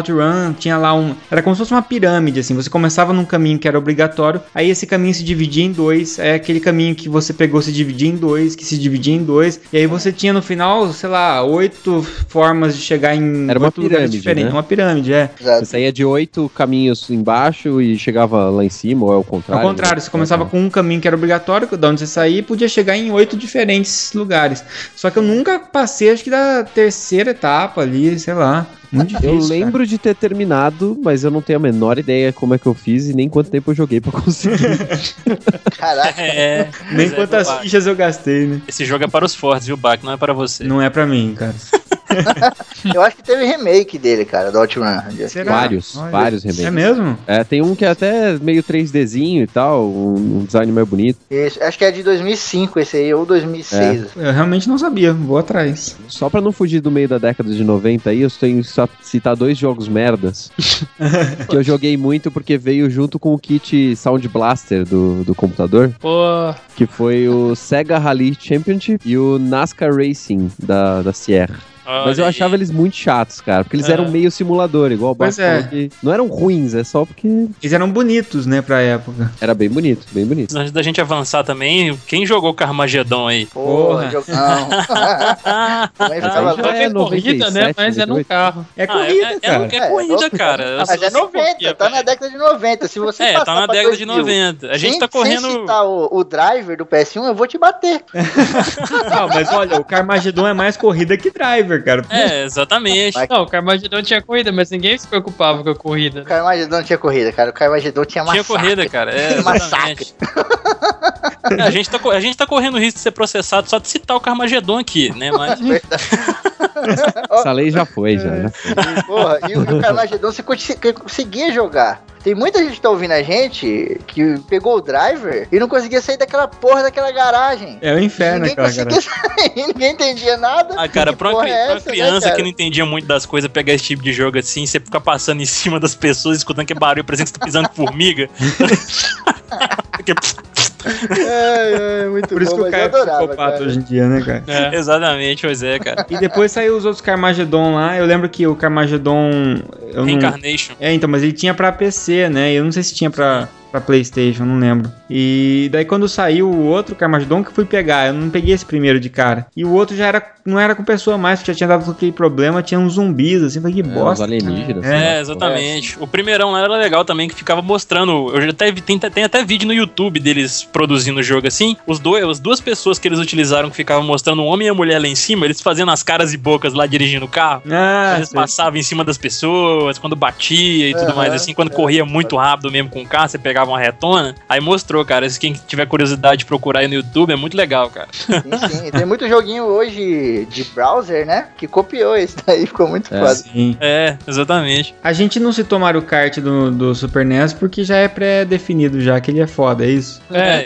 OutRun tinha lá era como se fosse uma pirâmide, assim. Você começava num caminho que era obrigatório, aí esse caminho se dividia em dois, aí aquele caminho que você pegou se dividia em dois, que se dividia em dois, e aí você tinha no final, sei lá, 8 formas de chegar em Era uma 8 lugares pirâmide, diferentes. né? Uma pirâmide, é. Você saía de 8 caminhos embaixo e chegava lá em cima, ou é o contrário? Ao contrário, você começava com um caminho que era obrigatório, de onde você saía, e podia chegar em 8 diferentes lugares. Só que eu nunca passei, acho que da terceira etapa ali, sei lá. Muito difícil, Eu lembro de ter terminado, mas eu não tenho a menor ideia como é que eu fiz e nem quanto tempo eu joguei pra conseguir. Caraca. Nem quantas fichas eu gastei, né? Esse jogo é para os fortes, viu, Bach? Não é para você. Não é pra mim, cara. Eu acho que teve remake dele, cara, do OutRun. Vários remakes. É mesmo? Tem um que é até meio 3Dzinho e tal, um design mais bonito. Isso, acho que é de 2005 esse aí, ou 2006. Eu realmente não sabia, vou atrás. Só pra não fugir do meio da década de 90 aí, eu tenho que citar 2 jogos merdas que eu joguei muito porque veio junto com o kit Sound Blaster do computador. Pô, Que foi o Sega Rally Championship e o NASCAR Racing da Sierra. Mas eu achava eles muito chatos, cara, porque eles eram meio simulador, igual o Bart falou que não eram ruins, é só porque... Eles eram bonitos, né, pra época. Era bem bonito, bem bonito. Antes da gente avançar também, quem jogou Carmageddon aí? Porra, jogão. Também ficava jogo é corrida, né? Mas é num carro. É corrida, cara. É corrida, cara. Mas é 90, tá na década de 90. Se você passar tá na pra década de 2000, 90. A gente tá correndo... Sem citar o driver do PS1, eu vou te bater. Não, mas olha, o Carmageddon é mais corrida que driver, cara. Exatamente. Não, o Carmageddon tinha corrida, mas ninguém se preocupava com a corrida. O Carmageddon não tinha corrida, cara. O Carmageddon tinha massacre. Tinha corrida, cara. Massacre. A gente tá correndo o risco de ser processado só de citar o Carmageddon aqui, né? Mas... Essa lei já foi. Porra, e o Carmageddon você conseguia jogar. Tem muita gente que tá ouvindo a gente que pegou o driver e não conseguia sair daquela porra daquela garagem. É o inferno aquela garagem. Ninguém entendia nada. Cara, pra uma criança que não entendia muito das coisas, pegar esse tipo de jogo assim, você ficar passando em cima das pessoas, escutando que barulho, parecendo que você tá pisando em formiga. Muito Por isso bom, que o Caio é psicopata hoje em dia, né, cara? Exatamente, pois é, cara. E depois saiu os outros Carmageddon lá. Eu lembro que o Carmageddon... Reincarnation. Então, mas ele tinha pra PC, né? Eu não sei se tinha pra PlayStation, não lembro. E daí quando saiu o outro Carmageddon que fui pegar, eu não peguei esse primeiro de cara. E o outro não era com pessoa mais, porque já tinha dado aquele problema, tinha uns zumbis, assim, falei, que bosta. Os alienígenas. Exatamente. O primeirão lá era legal também, que ficava mostrando, eu já tem até vídeo no YouTube deles produzindo o jogo assim, as duas pessoas que eles utilizaram que ficavam mostrando o homem e a mulher lá em cima, eles fazendo as caras e bocas lá dirigindo o carro. Eles passavam em cima das pessoas, quando batia e tudo mais assim, quando corria muito rápido mesmo com o carro, você pegava uma retona, aí mostrou, cara, se quem tiver curiosidade de procurar aí no YouTube, é muito legal, cara. Sim, tem muito joguinho hoje de browser, né, que copiou esse daí, ficou muito foda. Sim. Exatamente. A gente não citou Mario Kart do Super NES porque já é pré-definido já, que ele é foda, é isso?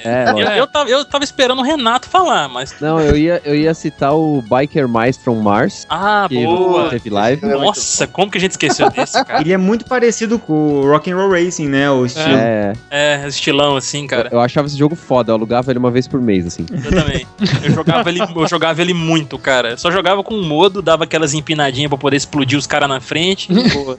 Eu tava esperando o Renato falar, mas... Não, eu ia citar o Biker Mice from Mars. Que boa! Teve live. Nossa, como que a gente esqueceu desse, cara? Ele é muito parecido com o Rock'n'Roll Racing, né, o estilo. Estilão assim, cara. Eu achava esse jogo foda, eu alugava ele uma vez por mês, assim. Eu também. Eu jogava ele muito, cara. Só jogava com um modo, dava aquelas empinadinhas pra poder explodir os caras na frente.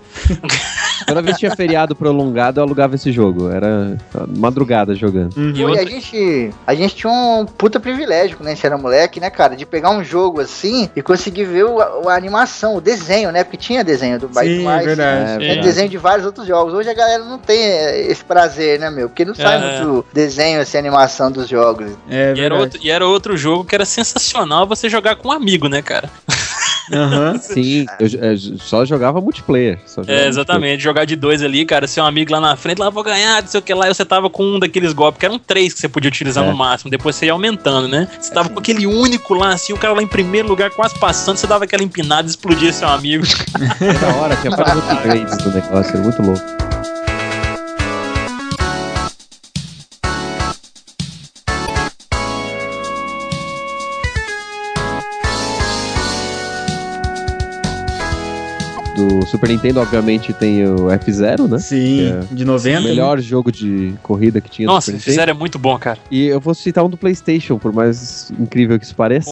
Toda vez que tinha feriado prolongado, eu alugava esse jogo. Era madrugada jogando. E a gente tinha um puta privilégio quando a gente era moleque, né, cara? De pegar um jogo assim e conseguir ver a animação, o desenho, né? Porque tinha desenho do Biker Mice. Verdade. Tinha desenho de vários outros jogos. Hoje a galera não tem esse prazer, né, meu? Porque não sai muito desenho, assim, animação dos jogos. E era outro jogo que era sensacional você jogar com um amigo, né, cara? Sim, eu só jogava multiplayer. Exatamente, jogar de 2 ali, cara, seu amigo lá na frente, lá vou ganhar, não sei o que lá, e você tava com um daqueles golpes, que eram 3 que você podia utilizar no máximo, depois você ia aumentando, né? Você tava com aquele único lá, assim, o cara lá em primeiro lugar, quase passando, você dava aquela empinada e explodia seu amigo. Da hora, tinha vários upgrades do negócio, era muito louco. Do Super Nintendo, obviamente, tem o F-Zero, né? Sim, de 90. O melhor jogo de corrida que tinha no Nossa, Super Nintendo. F-Zero é muito bom, cara. E eu vou citar um do PlayStation, por mais incrível que isso pareça.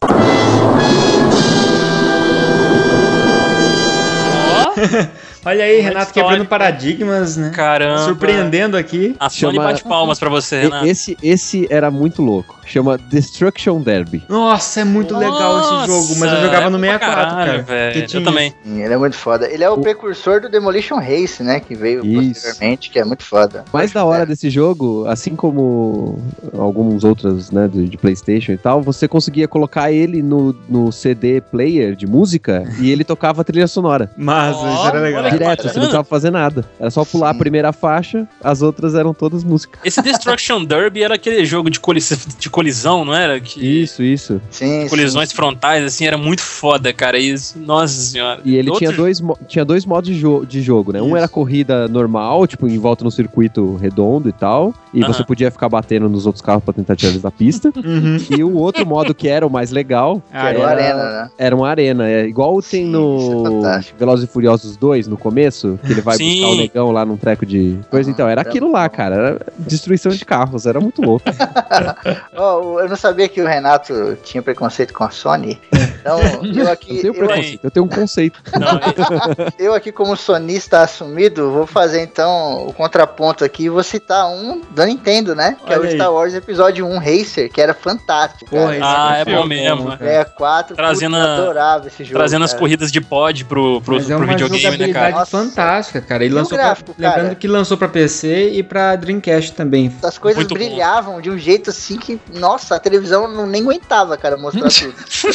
Olha aí, Renato quebrando paradigmas, né? Caramba. Surpreendendo aqui. A Sony bate palmas pra você, Renato. Esse era muito louco. Chama Destruction Derby. Nossa, é muito legal esse jogo, mas eu jogava no 64, cara. Velho. Eu também. Sim, ele é muito foda. Ele é o precursor do Demolition Race, né? Que veio posteriormente, que é muito foda. Mais da hora desse jogo, assim como alguns outros, né, de PlayStation e tal, você conseguia colocar ele no CD player de música e ele tocava a trilha sonora. Mas isso era legal. Direto, você não precisava fazer nada. Era só pular a primeira faixa, as outras eram todas música. Esse Destruction Derby era aquele jogo de colisão, não era? Isso. Sim, colisões frontais, assim, era muito foda, cara. Isso, nossa senhora. E ele tinha dois modos de jogo, né? Um era corrida normal, tipo, em volta no circuito redondo e tal. E você podia ficar batendo nos outros carros pra tentar tirar eles da pista. E o outro modo que era o mais legal... era uma arena, né? Era uma arena. Igual tem no Velozes e Furiosos 2, no começo, que ele vai buscar o negão lá num treco de coisa. Então, era aquilo lá, cara. Era destruição de carros. Era muito louco. Eu não sabia que o Renato tinha preconceito com a Sony. Então, eu aqui... Eu tenho preconceito, eu tenho um conceito. Eu aqui, como sonista assumido, vou fazer, então, o contraponto aqui e vou citar um da Nintendo, né? Que é o Star Wars Episódio 1 Racer, que era fantástico, cara. É bom mesmo. 64, trazendo eu adorava esse jogo, trazendo as corridas de pod pro videogame, né, cara? Nossa, fantástica, cara. E lançou gráfico, lembrando que lançou pra PC e pra Dreamcast também. As coisas muito brilhavam de um jeito assim que, nossa, a televisão nem aguentava, cara, mostrar tudo.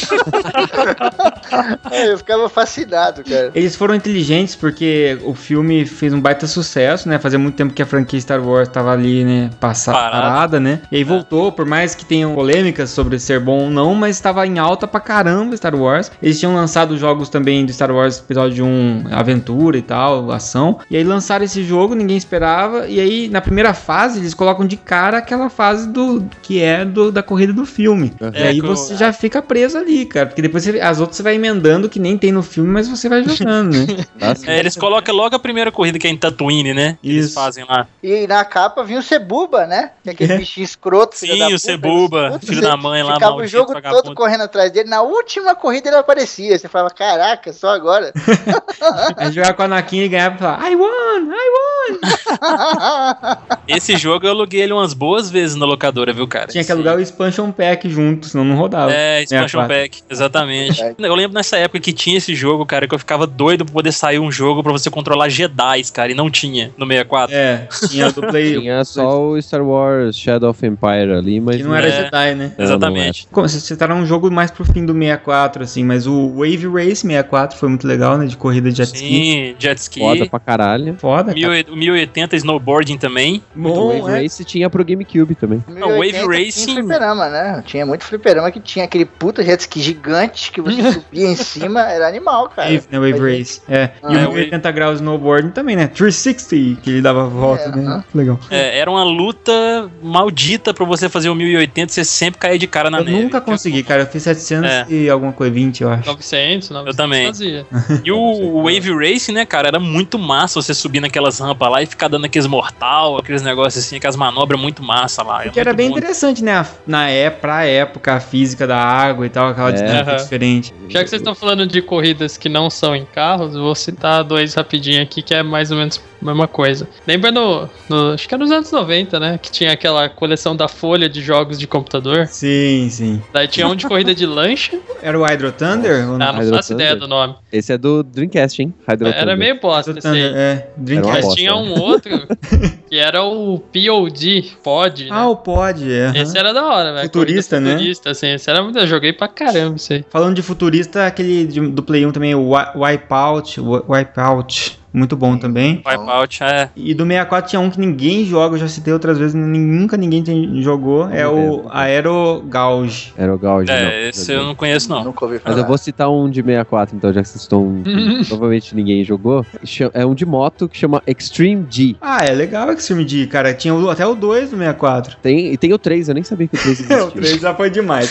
Eu ficava fascinado, cara. Eles foram inteligentes porque o filme fez um baita sucesso, né? Fazia muito tempo que a franquia Star Wars tava ali, né? Parada, né? E aí voltou, por mais que tenham polêmicas sobre ser bom ou não, mas estava em alta pra caramba Star Wars. Eles tinham lançado jogos também do Star Wars Episódio 1, aventura e tal, ação. E aí lançaram esse jogo, ninguém esperava. E aí, na primeira fase, eles colocam de cara aquela fase da corrida do filme. E aí você já fica preso ali, cara. Porque depois as outras você vai emendando que nem tem no filme, mas você vai jogando, né? Eles colocam logo a primeira corrida que é em Tatooine, né? Isso. Eles fazem lá. E na capa vinha o Cebuba, né? Que é aquele bichinho escroto. Sim, o Cebuba, filho da mãe lá, ficava o jogo todo correndo atrás dele. Na última corrida ele aparecia. Você falava, caraca, só agora. Aí jogar com a Anakin e ganhava e falava, I won! Esse jogo eu aluguei ele umas boas vezes na locadora, viu, cara? Tinha que alugar o Expansion Pack junto, senão não rodava. Expansion Pack, exatamente. Eu lembro nessa época que tinha esse jogo, cara, que eu ficava doido pra poder sair um jogo pra você controlar Jedis, cara, e não tinha no 64. Tinha do Play. Tinha só o Star Wars Shadow of Empire ali, mas... Que não era Jedi, né? Exatamente. Você tá um jogo mais pro fim do 64, assim, mas o Wave Race 64 foi muito legal, né? De corrida de jet ski. Sim, jet ski. Foda pra caralho. Foda, O 1080 snowboarding também. O Wave Race tinha pro GameCube também. Não, Wave Racing... Tinha fliperama, né? Tinha muito fliperama que tinha aquele puta jet ski gigante que você subia em cima, era animal, cara. Wave Race. E o 80 graus snowboarding também, né? 360, que ele dava volta, né? Legal. Era uma luta maldita pra você fazer o 1080, você sempre caía de cara na neve. Eu nunca consegui, cara. Eu fiz 700 e alguma coisa, 20, eu acho. 900, eu também. Fazia. E o Wave Racing, né, cara, era muito massa você subir naquelas rampas lá e ficar dando aqueles mortal, aqueles negócios assim, aquelas manobras muito massa lá. Que era bem interessante, né? Pra época, a física da água e tal, aquela dinâmica diferente. Já que vocês estão falando de corridas que não são em carros, vou citar dois rapidinho aqui, que é mais ou menos a mesma coisa. Lembra acho que é nos anos 90, né? Que tinha aquela coleção da Folha de jogos de computador. Sim. Daí tinha um de corrida de lancha. Era o Hydro Thunder? Não faço ideia do nome. Esse é do Dreamcast, hein? Era meio bosta esse aí. Dreamcast. Mas tinha um outro que era o POD, Pod. Ah, o Pod, Esse era da hora, velho. Futurista, né? Futurista, assim. Esse era muito... Eu joguei pra caramba isso aí. Falando de futurista, aquele do Play 1 também, o Wipeout. Muito bom também. Wipeout, E do 64 tinha um que ninguém joga, eu já citei outras vezes, nunca ninguém jogou, é o Aero Gauge. Aero Gauge, não. Esse eu não conheço, não. Nunca ouvi falar. Mas eu vou citar um de 64, então, já que vocês estão... provavelmente ninguém jogou. É um de moto que chama Extreme G. Ah, é legal o Extreme G, cara. Tinha até o 2 do 64. E tem o 3, eu nem sabia que o 3 existia. O 3 já foi demais.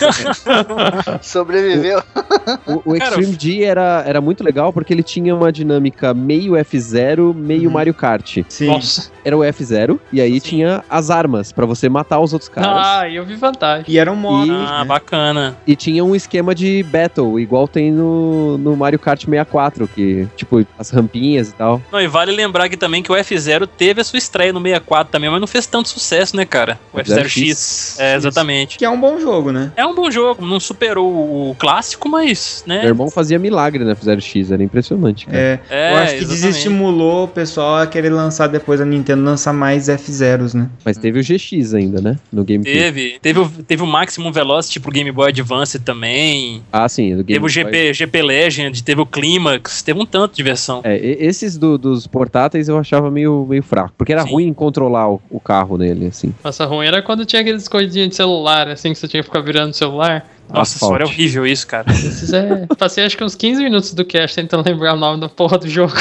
Sobreviveu. O Extreme G era muito legal porque ele tinha uma dinâmica meio F0, meio Mario Kart. Sim. Nossa. era o F0, e aí tinha as armas pra você matar os outros caras. Ah, eu vi vantagem. E eram modos, Ah, bacana. E tinha um esquema de battle, igual tem no Mario Kart 64, que, tipo, as rampinhas e tal. Não, e vale lembrar aqui também que o F0 teve a sua estreia no 64 também, mas não fez tanto sucesso, né, cara? O F0X. É, exatamente. Que é um bom jogo, né? É um bom jogo, não superou o clássico, mas, né? Meu irmão fazia milagre na F0X, era impressionante, cara. Eu acho que exatamente. desestimulou o pessoal a querer lançar depois a Nintendo lançar mais F0s, né? Mas teve o GX ainda, né? No GameCube. Teve o Maximum Velocity pro Game Boy Advance também. Ah, sim, do Game Teve o GP Legend, teve o Climax, teve um tanto de versão. Esses dos portáteis eu achava meio fraco, porque era ruim controlar o carro nele, assim. Nossa, ruim era quando tinha aqueles coisinhas de celular, assim, que você tinha que ficar virando o celular. Nossa, isso era horrível isso, cara. Passei acho que uns 15 minutos do cast tentando lembrar o nome da porra do jogo.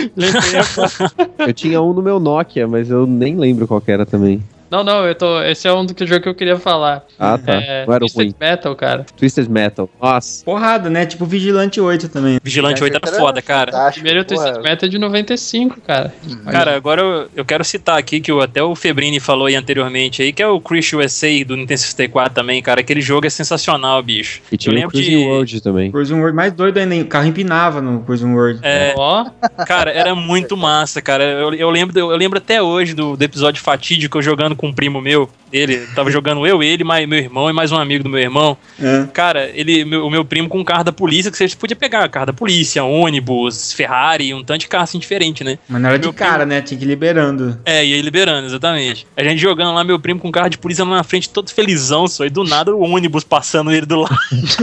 Eu tinha um no meu Nokia, mas eu nem lembro qual que era também. Não, esse é um do jogo que eu queria falar. Ah, tá. Não era o ruim. Twisted Metal, cara. Twisted Metal. Nossa. Porrada, né? Tipo Vigilante 8 também. Vigilante 8 era foda, cara. Primeiro Twisted Metal é de 95, cara. Cara, agora eu quero citar aqui que até o Febrini falou aí anteriormente aí, que é o Crash USA do Nintendo 64 também, cara. Aquele jogo é sensacional, bicho. E tinha o Cruising World também. Cruising World mais doido ainda, o carro empinava no Cruising World. Cara, era muito massa, cara. Eu lembro até hoje do episódio fatídico eu jogando com um primo meu. Ele tava jogando ele, meu irmão e mais um amigo do meu irmão. Cara, o meu primo com um carro da polícia, que você podia pegar carro da polícia, ônibus, Ferrari, um tanto de carro assim diferente, né? Mas não era de cara, né? Tinha que ir liberando. Ia ir liberando, exatamente. A gente jogando lá, meu primo com um carro de polícia lá na frente, todo felizão, só. E do nada o ônibus passando ele do lado.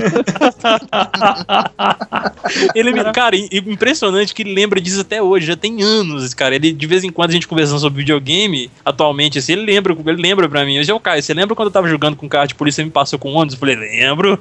Cara, impressionante que ele lembra disso até hoje, já tem anos, cara. Ele, de vez em quando, a gente conversando sobre videogame, atualmente, assim, ele lembra pra mim. Eu, Caio, você lembra quando eu tava jogando com carro de polícia e me passou com ônibus? Eu falei, lembro.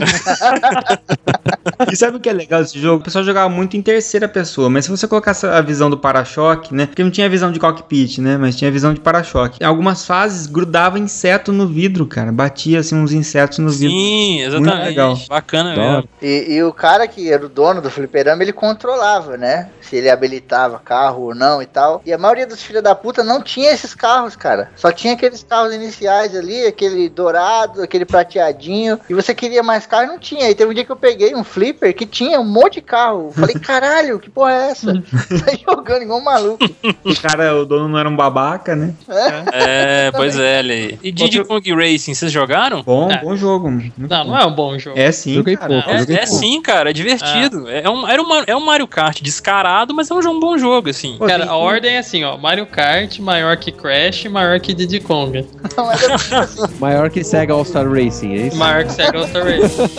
E sabe o que é legal desse jogo? O pessoal jogava muito em terceira pessoa, mas se você colocasse a visão do para-choque, né? Porque não tinha visão de cockpit, né? Mas tinha visão de para-choque. Em algumas fases, grudava inseto no vidro, cara. Batia, assim, uns insetos no vidro. Sim, exatamente. Muito legal. Bacana mesmo. E o cara que era o dono do fliperama, ele controlava, né? Se ele habilitava carro ou não e tal. E a maioria dos filhos da puta não tinha esses carros, cara. Só tinha aqueles carros iniciais ali, aquele dourado, aquele prateadinho. E você queria mais carro e não tinha. E teve um dia que eu peguei um flipper que tinha um monte de carro. Falei, caralho, que porra é essa? Tá jogando igual um maluco. O dono não era um babaca, né? Pois é, ali. E Diddy Kong Racing, vocês jogaram? Bom jogo. Não é um bom jogo. É sim, cara. Sim, cara, é divertido. É um Mario Kart descarado, mas é um bom jogo, assim. Cara, a ordem é assim, ó. Mario Kart, maior que Crash, maior que Diddy Kong. Maior que Sega All-Star Racing, é isso? Maior que Sega All-Star Racing.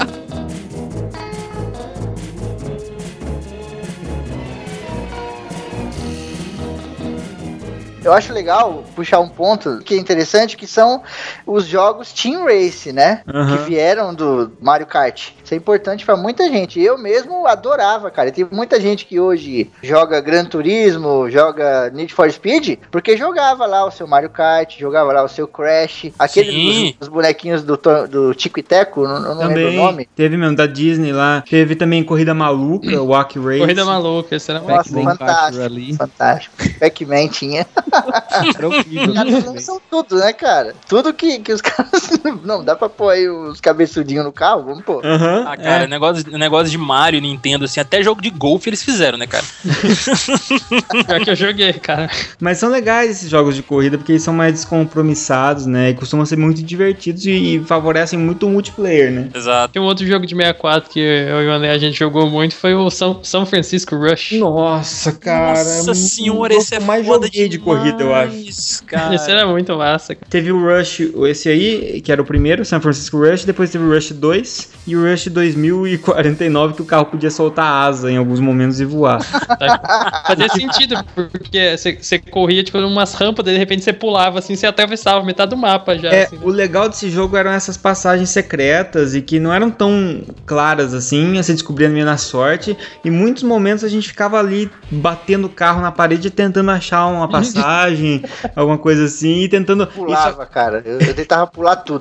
Eu acho legal puxar um ponto que é interessante, que são os jogos Team Race, né? Que vieram do Mario Kart. Isso é importante pra muita gente. Eu mesmo adorava, cara. Tem muita gente que hoje joga Gran Turismo, joga Need for Speed, porque jogava lá o seu Mario Kart, jogava lá o seu Crash. Aqueles dos bonequinhos do Tico e Teco, não lembro o nome. Teve mesmo, da Disney lá. Teve também Corrida Maluca, Walk Race. Corrida Maluca, esse era muito fantástico. Pac-Man tinha. Os caras lançam tudo, né, cara? Tudo que os caras... Não, dá pra pôr aí os cabeçudinhos no carro? Vamos pôr. Cara, negócio de Mario, Nintendo, assim, até jogo de golfe eles fizeram, né, cara? Pior que eu joguei, cara. Mas são legais esses jogos de corrida, porque eles são mais descompromissados, né? E costumam ser muito divertidos e favorecem muito o multiplayer, né? Exato. Tem um outro jogo de 64 que eu e o André, a gente jogou muito, foi o São Francisco Rush. Nossa, cara. Nossa senhora, esse é mais foda de corrida, eu acho. Cara. Esse era muito massa, cara. Teve o Rush, esse aí, que era o primeiro, San Francisco Rush, depois teve o Rush 2 e o Rush 2049, que o carro podia soltar asa em alguns momentos e voar. Fazia sentido, porque você corria, tipo, umas rampas, de repente você pulava, assim, você atravessava metade do mapa já. Assim, né? O legal desse jogo eram essas passagens secretas e que não eram tão claras assim, você descobria meio na sorte, e muitos momentos a gente ficava ali batendo o carro na parede tentando achar uma passagem, alguma coisa assim, e tentando... Pulava, cara. Eu tentava pular tudo.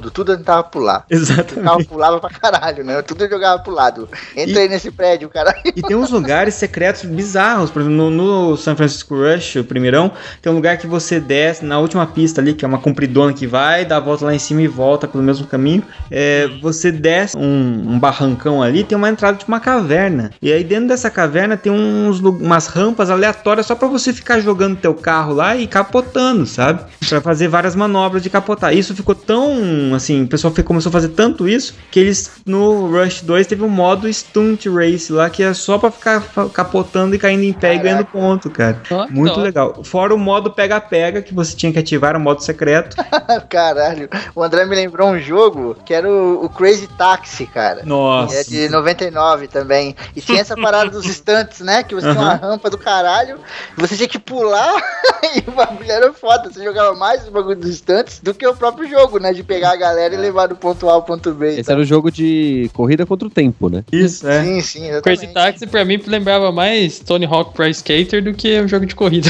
tudo tentava pular. Exatamente. O carro pulava pra caralho, né? Tudo jogava pro lado. Entrei nesse prédio, caralho. E tem uns lugares secretos bizarros. Por exemplo, no San Francisco Rush, o primeirão, tem um lugar que você desce na última pista ali, que é uma compridona que vai, dá a volta lá em cima e volta pelo mesmo caminho. Você desce um barrancão ali, tem uma entrada de uma caverna. E aí dentro dessa caverna tem umas rampas aleatórias só pra você ficar jogando teu carro lá e capotando, sabe? Pra fazer várias manobras de capotar. Isso ficou tão, assim, o pessoal começou a fazer tanto isso, que eles, no Rush 2, teve um modo Stunt Race lá, que é só pra ficar capotando e caindo em pé e ganhando ponto, cara. Muito legal. Fora o modo pega-pega, que você tinha que ativar, o modo secreto. Caralho. O André me lembrou um jogo que era o Crazy Taxi, cara. Nossa. É de 99 também. E tinha essa parada dos stunts, né? Que você tinha uma rampa do caralho, você tinha que pular e o bagulho era foda. Você jogava mais o bagulho dos stunts do que o próprio jogo, né? De pegar a galera e levar do ponto A ao ponto B. Esse era o jogo de corrida contra o tempo, né? Isso, é. Sim, exatamente. Crazy Taxi pra mim lembrava mais Tony Hawk Pro Skater do que um jogo de corrida.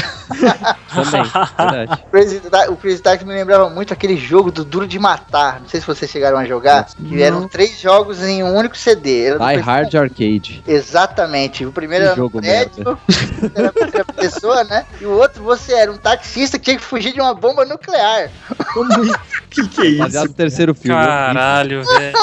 Também, verdade. O Crazy Taxi me lembrava muito aquele jogo do Duro de Matar. Não sei se vocês chegaram a jogar. Que eram 3 jogos em um único CD. Die Hard Arcade. Exatamente. O primeiro era no prédio, era a primeira pessoa, né? E o outro, você era um taxista que tinha que fugir de uma bomba nuclear. Como isso? Que é isso? Baseado no terceiro filme. Caralho, velho.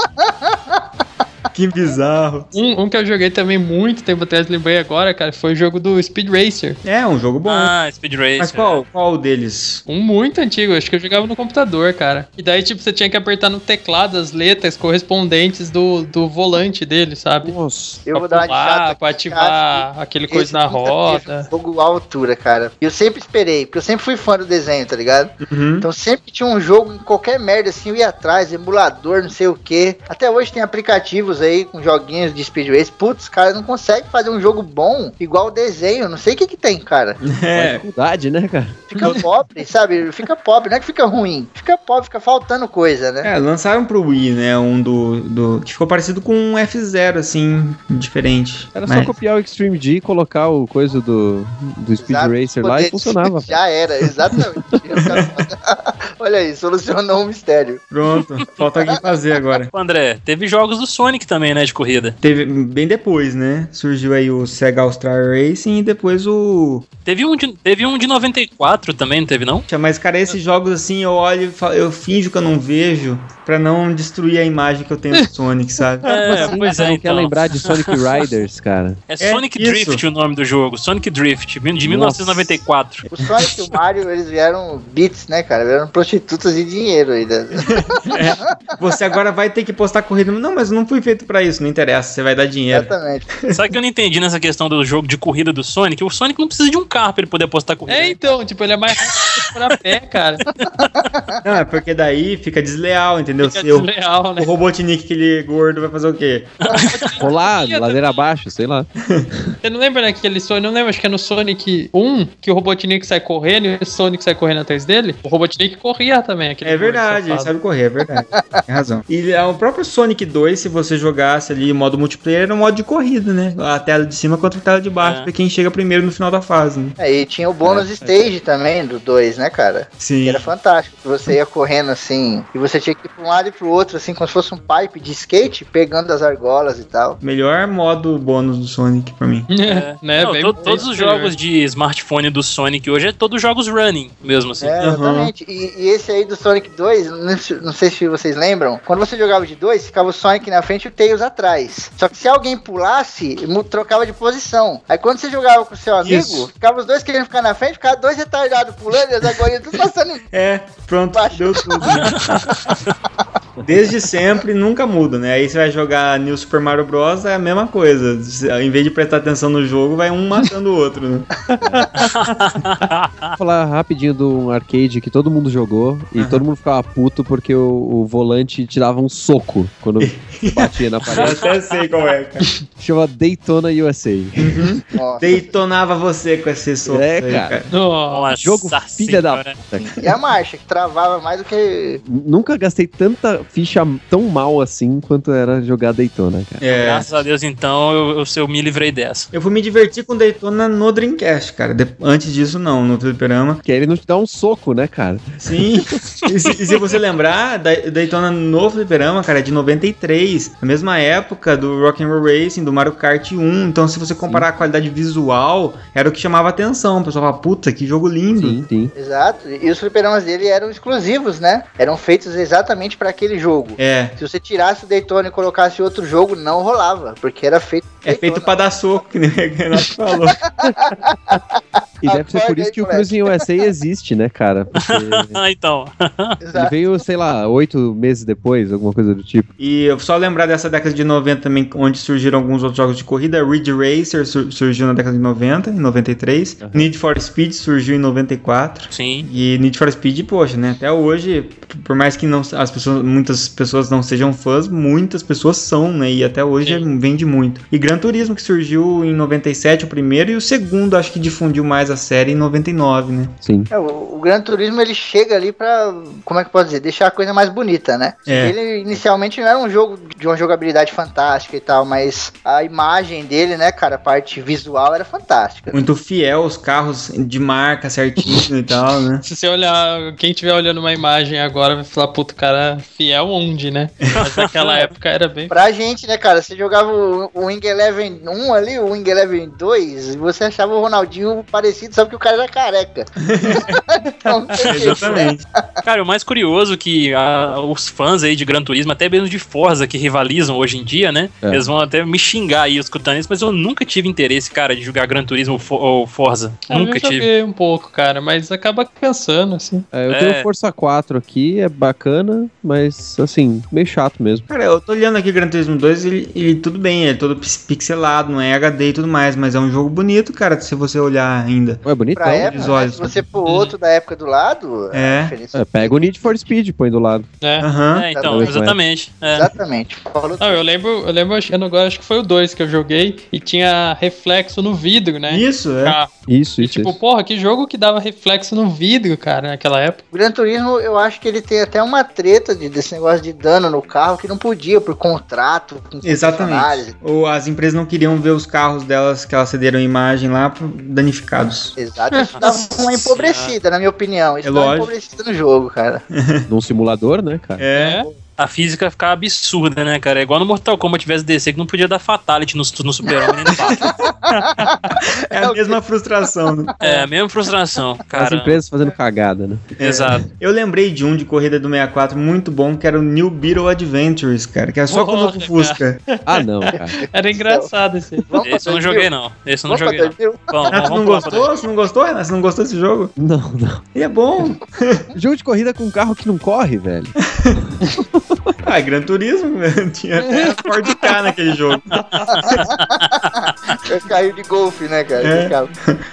Que bizarro. Um que eu joguei também muito tempo atrás, lembrei agora, cara, foi o jogo do Speed Racer. É, um jogo bom. Ah, Speed Racer. Mas qual deles? Um muito antigo, acho que eu jogava no computador, cara. E daí, tipo, você tinha que apertar no teclado as letras correspondentes do volante dele, sabe? Nossa. Eu vou dar uma de chata pra ativar aquele coisa na roda. Jogo à altura, cara. E eu sempre esperei, porque eu sempre fui fã do desenho, tá ligado? Então sempre tinha um jogo em qualquer merda assim, eu ia atrás, emulador, não sei o que. Até hoje tem aplicativos aí com joguinhos de Speed Race. Putz, cara, não consegue fazer um jogo bom igual o desenho. Não sei o que tem, cara. É dificuldade, né, cara? Fica pobre, sabe? Fica pobre, não é que fica ruim. Fica pobre, fica faltando coisa, né? Lançaram pro Wii, né? Um que ficou parecido com um F0, assim, diferente. Era só copiar o Extreme G e colocar o coisa do Speed Racer lá e funcionava. Já era, exatamente. Olha aí, solucionou um mistério. Pronto, falta alguém fazer agora. André, teve jogos do Sonic também, né, de corrida. Teve bem depois, né? Surgiu aí o Sega All-Star Racing e depois o... Teve um de 94 também, não teve, não? Mas, cara, esses jogos assim, eu olho e falo, eu finjo que eu não vejo pra não destruir a imagem que eu tenho do Sonic, sabe? Pois é, então. Quer lembrar de Sonic Riders, cara? É Sonic Drift o nome do jogo. Sonic Drift, de 1994. O Sonic e o Mario, eles vieram beats, né, cara? Vieram prostitutas de dinheiro ainda. Você agora vai ter que postar corrida. Não, mas eu não fui feito pra isso, não interessa, você vai dar dinheiro. Exatamente. Sabe que eu não entendi nessa questão do jogo de corrida do Sonic? O Sonic não precisa de um carro pra ele poder postar corrida. Então, tipo, ele é mais rápido pra pé, cara. Não, é porque daí fica desleal, entendeu? Fica desleal, né? O Robotnik, aquele gordo, vai fazer o quê? Rolar, ladeira abaixo, sei lá. Você não lembra daquele Sonic? Não lembro, acho que é no Sonic 1 que o Robotnik sai correndo e o Sonic sai correndo atrás dele? O Robotnik corria também. É verdade, ele sabe correr, é verdade. Tem razão. E o próprio Sonic 2, se você jogasse ali em modo multiplayer, era um modo de corrida, né? A tela de cima contra a tela de baixo, pra quem chega primeiro no final da fase, né? E tinha o bônus stage também do 2, né, cara? Sim. Que era fantástico. Você ia correndo assim, e você tinha que ir pra um lado e pro outro, assim, como se fosse um pipe de skate, pegando as argolas e tal. Melhor modo bônus do Sonic pra mim. Né? Não, todos os jogos de smartphone do Sonic hoje é todos jogos running, mesmo assim. Exatamente. E esse aí do Sonic 2, não sei se vocês lembram, quando você jogava de 2, ficava o Sonic na frente e o Tails atrás. Só que se alguém pulasse, trocava de posição. Aí quando você jogava com o seu amigo, ficava os dois querendo ficar na frente, ficava 2 retardados pulando e as argolinhas tudo passando. Pronto, deu tudo. Desde sempre, nunca muda, né? Aí você vai jogar New Super Mario Bros. É a mesma coisa. Em vez de prestar atenção no jogo, vai um matando o outro, né? Vou falar rapidinho do arcade que todo mundo jogou e todo mundo ficava puto porque o volante te dava um soco quando batia na parede. Eu até sei qual é, cara. Chama Daytona USA. Daytonava você com esse soco aí, cara. Nossa, jogo filha da puta. E a marcha, que travava mais do que... Nunca gastei tanta ficha tão mal assim quanto era jogar Daytona, cara. Graças a Deus, então, eu me livrei dessa. Eu fui me divertir com Daytona no Dreamcast, cara. Antes disso, não, no fliperama. Que aí ele não te dá um soco, né, cara? Sim. E se você lembrar, Daytona no fliperama, cara, é de 93. Na mesma época do Rock'n'Roll Racing, do Mario Kart 1. Então, se você comparar a qualidade visual, era o que chamava atenção. O pessoal fala, puta, que jogo lindo. Sim. Exato. E os fliperamas dele eram exclusivos, né? Eram feitos exatamente para aquele jogo. Se você tirasse o Daytona e colocasse outro jogo, não rolava, porque era feito É feito pra dar soco, que nem o Renato falou. E deve ser por isso que o Cruising USA existe, né, cara? Porque Então. ele veio, sei lá, 8 meses depois, alguma coisa do tipo. E eu só lembrar dessa década de 90 também, onde surgiram alguns outros jogos de corrida. Ridge Racer surgiu na década de 90, em 93. Need for Speed surgiu em 94. Sim. E Need for Speed, poxa, né? Até hoje, por mais que muitas pessoas não sejam fãs, muitas pessoas são, né? E até hoje vende muito. E Gran Turismo, que surgiu em 97, o primeiro, e o segundo, acho que difundiu mais a série em 99, né? Sim. O Gran Turismo, ele chega ali pra, como é que pode dizer, deixar a coisa mais bonita, né? Ele inicialmente não era um jogo de uma jogabilidade fantástica e tal, mas a imagem dele, né, cara, a parte visual era fantástica. Muito fiel, os carros de marca certinho e tal, né? Se você olhar, quem estiver olhando uma imagem agora vai falar, puto, cara, fiel onde, né? Mas naquela época era bem... Pra gente, né, cara, você jogava o Wing Eleven 1 ali, o Wing Eleven 2, e você achava o Ronaldinho parecido, só que o cara era careca. Então, exatamente. Cara, o mais curioso que os fãs aí de Gran Turismo, até mesmo de Forza, que rivalizam hoje em dia, né? Eles vão até me xingar aí escutando isso, mas eu nunca tive interesse, cara, de jogar Gran Turismo ou Forza. Nunca tive. Eu joguei um pouco, cara, mas acaba cansando, assim. Eu tenho o Forza 4 aqui, é bacana, mas, assim, meio chato mesmo. Cara, eu tô olhando aqui o Gran Turismo 2, ele tudo bem, ele é todo pixelado, não é HD e tudo mais, mas é um jogo bonito, cara, se você olhar ainda. É bonito? Pra época, né, se você pôr outro da época do lado, pega o Need for Speed, põe do lado. Então, exatamente. Exatamente. Não, eu lembro, agora acho que foi o 2 que eu joguei e tinha reflexo no vidro, né? Isso, Isso. Tipo, porra, que jogo que dava reflexo no vidro, cara, naquela época. O Gran Turismo, eu acho que ele tem até uma treta desse negócio de dano no carro que não podia por contrato com exatamente. Ou as empresas não queriam ver os carros delas que elas cederam imagem lá danificados. Exato, isso dava uma empobrecida, na minha opinião. Isso dava uma empobrecida no jogo, cara. Num simulador, né, cara? A física ficava absurda, né, cara? É igual no Mortal Kombat vs DC, que não podia dar Fatality no Super-Homem nem no Batman. É a mesma frustração, né? É a mesma frustração, cara. As empresas fazendo cagada, né? Exato. Eu lembrei de um de corrida do 64 muito bom, que era o New Beetle Adventures, cara, que era só com o novo Fusca. Não, cara. Era engraçado esse. Esse eu não joguei, não. Esse eu não joguei, não. Renato, não gostou? Você não gostou, Renato? Você não gostou desse jogo? Não. E é bom. Jogo de corrida com carro que não corre, velho. Gran Turismo, tinha até Ford K naquele jogo. Caiu de golfe, né, cara?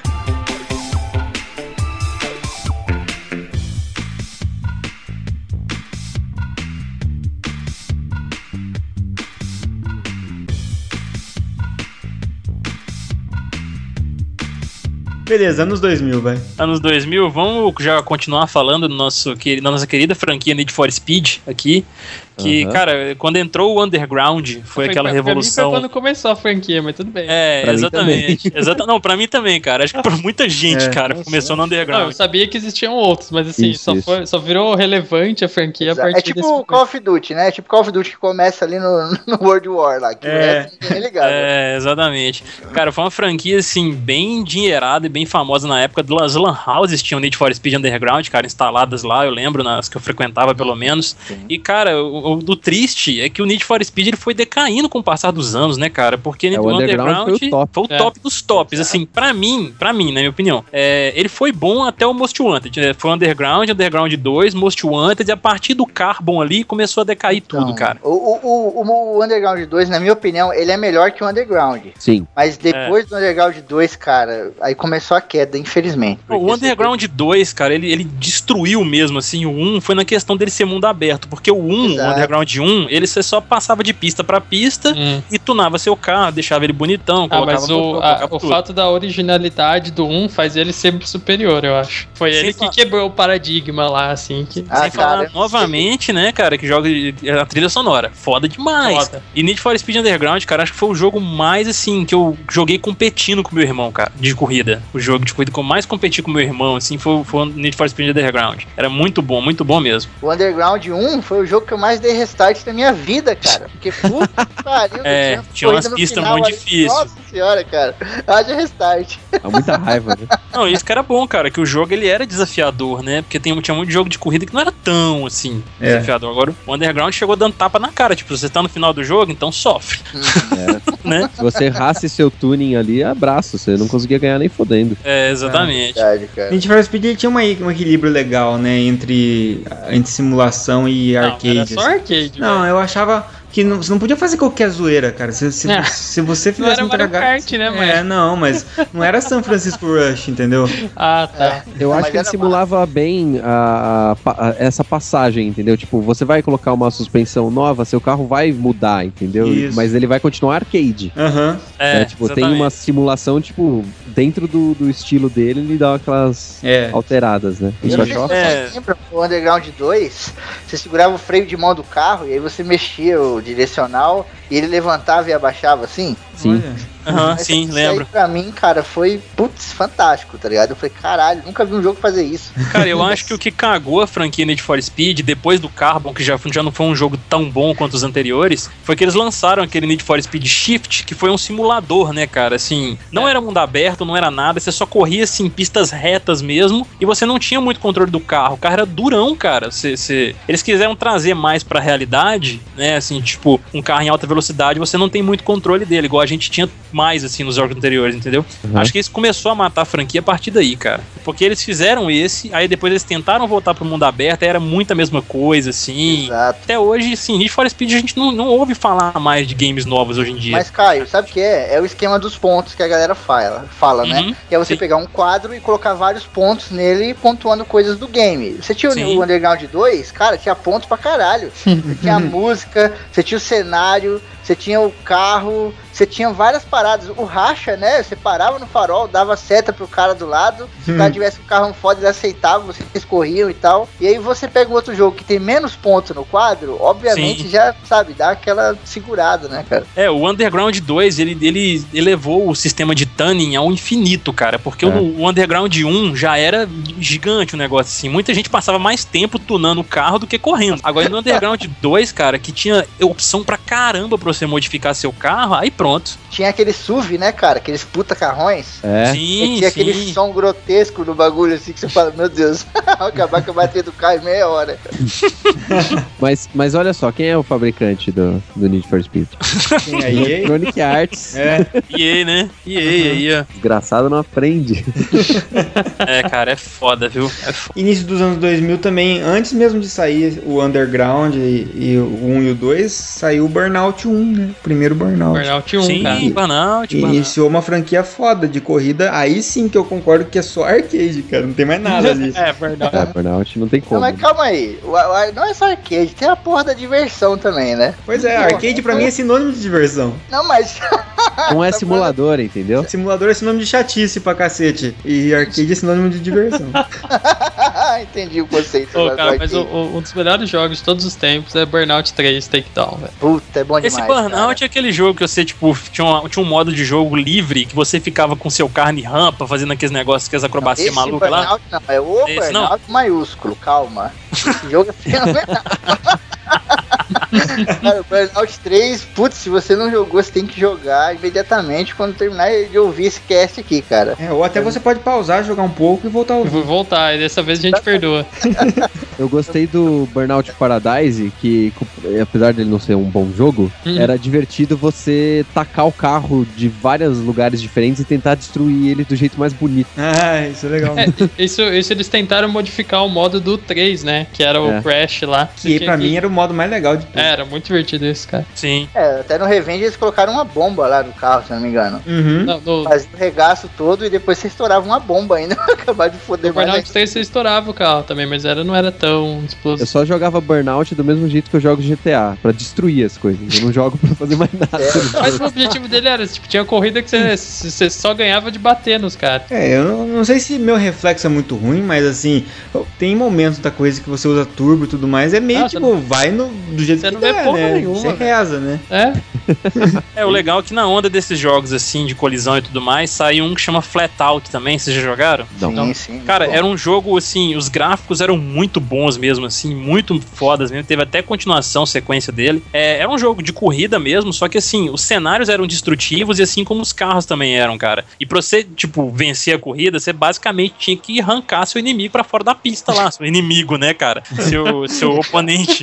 Beleza, anos 2000, vai. Anos 2000, vamos já continuar falando da nossa querida franquia Need for Speed aqui. Que, cara, quando entrou o Underground, foi aquela revolução. Pra mim foi quando começou a franquia, mas tudo bem. Pra exatamente. Não, pra mim também, cara. Acho que pra muita gente, cara, começou no Underground. Não, eu sabia que existiam outros, mas assim, só virou relevante a franquia a partir desse tipo o Call of Duty, né? É tipo Call of Duty que começa ali no World War lá, que o resto não tem ligado. Exatamente. Cara, foi uma franquia, assim, bem endinheirada e bem famosa na época. As Lan Houses tinham Need for Speed Underground, cara, instaladas lá, eu lembro, nas que eu frequentava pelo menos. Sim. E, cara, do triste é que o Need for Speed ele foi decaindo com o passar dos anos, né, cara? Porque o Underground foi o top dos tops, assim, pra mim, na minha opinião. Ele foi bom até o Most Wanted. Foi Underground 2, Most Wanted, e a partir do Carbon ali começou a decair tudo, cara. O Underground 2, na minha opinião, ele é melhor que o Underground. Sim. Mas depois do Underground 2, cara, aí começou a queda, infelizmente. O Underground 2, cara, ele destruiu mesmo, assim, o 1 foi na questão dele ser mundo aberto, porque o 1, o Underground 1, você só passava de pista pra pista e tunava seu carro, deixava ele bonitão, colocava mas o fato da originalidade do 1 faz ele ser superior, eu acho. Foi ele que quebrou o paradigma lá, assim. Sem falar novamente, né, cara, que joga a trilha sonora. Foda demais. Foda. E Need for Speed Underground, cara, acho que foi o jogo mais, assim, que eu joguei competindo com meu irmão, cara, de corrida. O jogo de corrida que eu mais competi com meu irmão, assim, foi o Need for Speed Underground. Era muito bom mesmo. O Underground 1 foi o jogo que eu mais dei restart na minha vida, cara. Porque, puta que pariu, tinha umas pistas muito difíceis. Nossa senhora, cara. Haja restart. Dá muita raiva, né? Não, isso que era bom, cara, que o jogo, ele era desafiador, né? Porque tinha muito jogo de corrida que não era tão, assim, desafiador. Agora, o Underground chegou dando tapa na cara. Tipo, você tá no final do jogo, então sofre. Né? Se você errasse seu tuning ali, abraço. Você não conseguia ganhar nem fodendo. Exatamente. Need for Speed tinha um equilíbrio legal, né? Entre simulação e arcade. Era só arcade. Não, eu achava que você não podia fazer qualquer zoeira, cara. Se você fizesse muita cagada... Kart, né, mãe? Não, mas não era San Francisco Rush, entendeu? Ah, tá. Eu acho que ele simulava bem essa passagem, entendeu? Tipo, você vai colocar uma suspensão nova, seu carro vai mudar, entendeu? Isso. Mas ele vai continuar arcade. Tipo, exatamente. tem uma simulação, tipo, dentro do estilo dele, ele dá aquelas alteradas, né? Isso achou? Você lembra, no Underground 2, você segurava o freio de mão do carro e aí você mexia o direcional e ele levantava e abaixava assim? Sim. Sim, lembro. Pra mim, cara, foi, fantástico, tá ligado? Eu falei, caralho, nunca vi um jogo fazer isso. Cara, eu acho que o que cagou a franquia Need for Speed, depois do Carbon, que já não foi um jogo tão bom quanto os anteriores, foi que eles lançaram aquele Need for Speed Shift, que foi um simulador, né, cara? Assim, não era mundo aberto, não era nada, você só corria, assim, pistas retas mesmo, e você não tinha muito controle do carro. O carro era durão, cara. Eles quiseram trazer mais pra realidade, né, assim, tipo, um carro em alta velocidade, você não tem muito controle dele, igual a gente tinha mais, assim, nos jogos anteriores, entendeu? Acho que isso começou a matar a franquia a partir daí, cara. Porque eles fizeram aí depois eles tentaram voltar pro mundo aberto, aí era muita mesma coisa, assim. Exato. Até hoje, assim, Need for Speed a gente não ouve falar mais de games novos hoje em dia. Mas, Caio, sabe o que é? É o esquema dos pontos que a galera fala, né? Que é você pegar um quadro e colocar vários pontos nele, pontuando coisas do game. Você tinha o Underground 2, cara, tinha pontos pra caralho. Você tinha a música, você tinha o cenário, você tinha o carro, você tinha várias paradas. O racha, né? Você parava no farol, dava seta pro cara do lado. Se o cara tivesse um carro foda, ele aceitava, vocês corriam e tal. E aí você pega um outro jogo que tem menos pontos no quadro, obviamente já, sabe, dá aquela segurada, né, cara? O Underground 2, ele elevou o sistema de tuning ao infinito, cara. Porque o Underground 1 já era gigante o negócio, assim. Muita gente passava mais tempo tunando o carro do que correndo. Agora no Underground 2, cara, que tinha opção pra caramba pra você modificar seu carro, aí pronto. Tinha aquele SUV, né, cara? Aqueles puta carrões. Sim, tinha aquele som grotesco no bagulho, assim, que você fala, meu Deus, vai acabar com a bateria do carro em meia hora. mas olha só, quem é o fabricante do Need for Speed? Quem é? Electronic Arts. EA, né? EA aí, ó. Desgraçado não aprende. Cara, é foda, viu? Início dos anos 2000 também, antes mesmo de sair o Underground e o 1 e o 2, saiu o Burnout 1, né? O primeiro Burnout. Burnout 1, sim, cara. Burnout. Iniciou uma franquia foda de corrida, aí sim que eu concordo que é só arcade, cara, não tem mais nada ali. Burnout não tem como. Não, mas calma aí, não é só arcade, tem a porra da diversão também, né? Pois é, arcade pra mim é sinônimo de diversão. Não, mas... Não é simulador, entendeu? Simulador é sinônimo de chatice pra cacete, e arcade é sinônimo de diversão. Entendi o conceito. Cara, mas um dos melhores jogos de todos os tempos é Burnout 3 Takedown, velho. Puta, é bom demais. Esse Burnout é aquele jogo que você, tipo, tinha um modo de jogo livre, que você ficava com seu carro em rampa, fazendo aqueles negócios, aquelas acrobacias malucas lá. Não, é o Burnout maiúsculo, calma. Esse jogo é fenomenal. Cara, o Burnout 3, putz, se você não jogou, você tem que jogar imediatamente quando terminar de ouvir esse cast aqui, cara. Ou até você pode pausar, jogar um pouco e voltar a ouvir. Vou voltar, e dessa vez a gente perdoa. Eu gostei do Burnout Paradise, que apesar dele não ser um bom jogo, era divertido você tacar o carro de vários lugares diferentes e tentar destruir ele do jeito mais bonito. Isso é legal. Isso eles tentaram modificar o modo do 3, né? Que era o Crash lá. Que pra mim era o modo mais legal de tudo. Era muito divertido esse, cara. Sim. Até no Revenge eles colocaram uma bomba lá no carro, se não me engano. Fazia o regaço todo e depois você estourava uma bomba ainda. Acabar de foder mais. O Burnout 3 você estourava o carro também, mas não era tão explosão. Eu só jogava Burnout do mesmo jeito que eu jogo GTA, pra destruir as coisas. Eu não jogo pra fazer mais nada. Mas o objetivo dele era, tipo, tinha corrida que você só ganhava de bater nos caras. Eu não sei se meu reflexo é muito ruim, mas assim, tem momentos da corrida que você usa turbo e tudo mais, é meio tipo, vai do jeito que não vê porra né? nenhuma, Você reza, né? O legal é que na onda desses jogos assim, de colisão e tudo mais, saiu um que chama Flatout também, vocês já jogaram? Não. Sim. Cara, era um jogo, assim, os gráficos eram muito bons mesmo, assim, muito fodas mesmo, teve até continuação, sequência dele. Era um jogo de corrida mesmo, só que assim, os cenários eram destrutivos e assim como os carros também eram, cara. E pra você, tipo, vencer a corrida, você basicamente tinha que arrancar seu inimigo pra fora da pista lá, seu inimigo, né, cara? Seu oponente.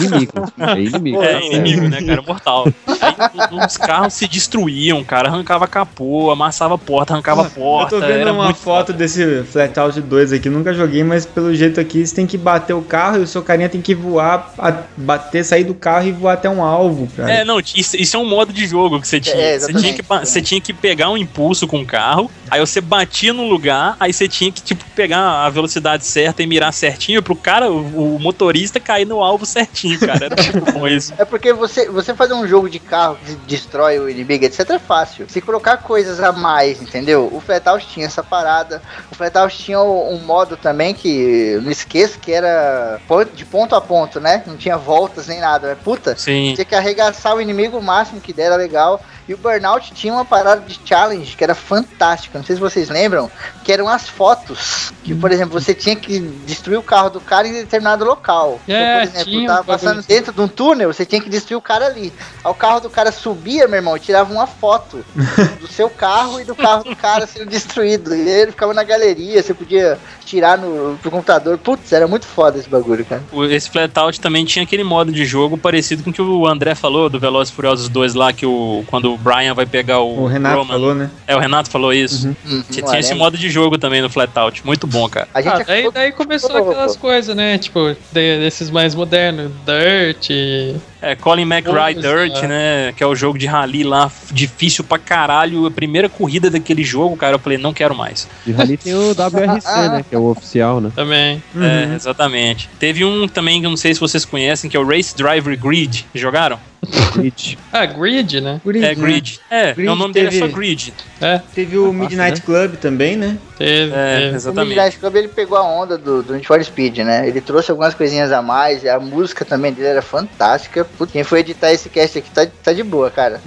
Inimigo. Inimigo, né, cara? Mortal. Aí os carros se destruíam, cara, arrancava capô, amassava a porta, arrancava a porta. Eu tô vendo uma foto desse Flatout 2 aqui, nunca joguei, mas pelo jeito aqui você tem que bater o carro e o seu carinha tem que voar, sair do carro e voar até um alvo, cara. Não, isso é um modo de jogo que você tinha. Você tinha que pegar um impulso com o carro, aí você batia no lugar, aí você tinha que, tipo, pegar a velocidade certa e mirar certinho pro cara, o motorista, cair no alvo certinho, cara. Era muito bom isso. É porque você fazer um jogo de carro que destrói o inimigo, etc, é fácil. Se colocar coisas a mais, entendeu? O Flatout tinha essa parada. O Flatout tinha um modo também que, não esqueça, que era de ponto a ponto, né? Não tinha voltas nem nada. Puta, Sim. Tinha que arregaçar o inimigo o máximo que der, era legal. E o Burnout tinha uma parada de challenge que era fantástica. Não sei se vocês lembram, que eram as fotos. Que, por exemplo, você tinha que destruir o carro do cara em determinado local. Então, por exemplo, tava passando dentro de um túnel, você tinha que destruir o cara ali. Aí o carro do cara subia, meu irmão, e tirava uma foto do seu carro e do carro do cara sendo destruído. E ele ficava na galeria, você podia tirar pro computador. Putz, era muito foda esse bagulho, cara. Esse Flatout também tinha aquele modo de jogo parecido com o que o André falou, do Velozes e Furiosos 2 lá, que quando o Brian vai pegar o Renato Roman. falou, né? O Renato falou isso. Tinha esse modo de jogo também no Flatout, muito bom, cara. Daí começou aquelas coisas, né? Tipo, desses mais modernos, Dirt. Colin McRae Dirt, né? Que é o jogo de rally lá, difícil pra caralho. A primeira corrida daquele jogo, cara, eu falei, não quero mais. De rally tem o WRC, né? Que é o oficial, né? Também. Exatamente. Teve um também que eu não sei se vocês conhecem, que é o Race Driver Grid. Jogaram? Grid. Grid, né? Grid. O nome dele é só Grid. Teve o Midnight Club também, né? Teve. Exatamente. O Midnight Club, ele pegou a onda do Need for Speed, né? Ele trouxe algumas coisinhas a mais, e a música também dele era fantástica. Putz, quem foi editar esse cast aqui tá de boa, cara.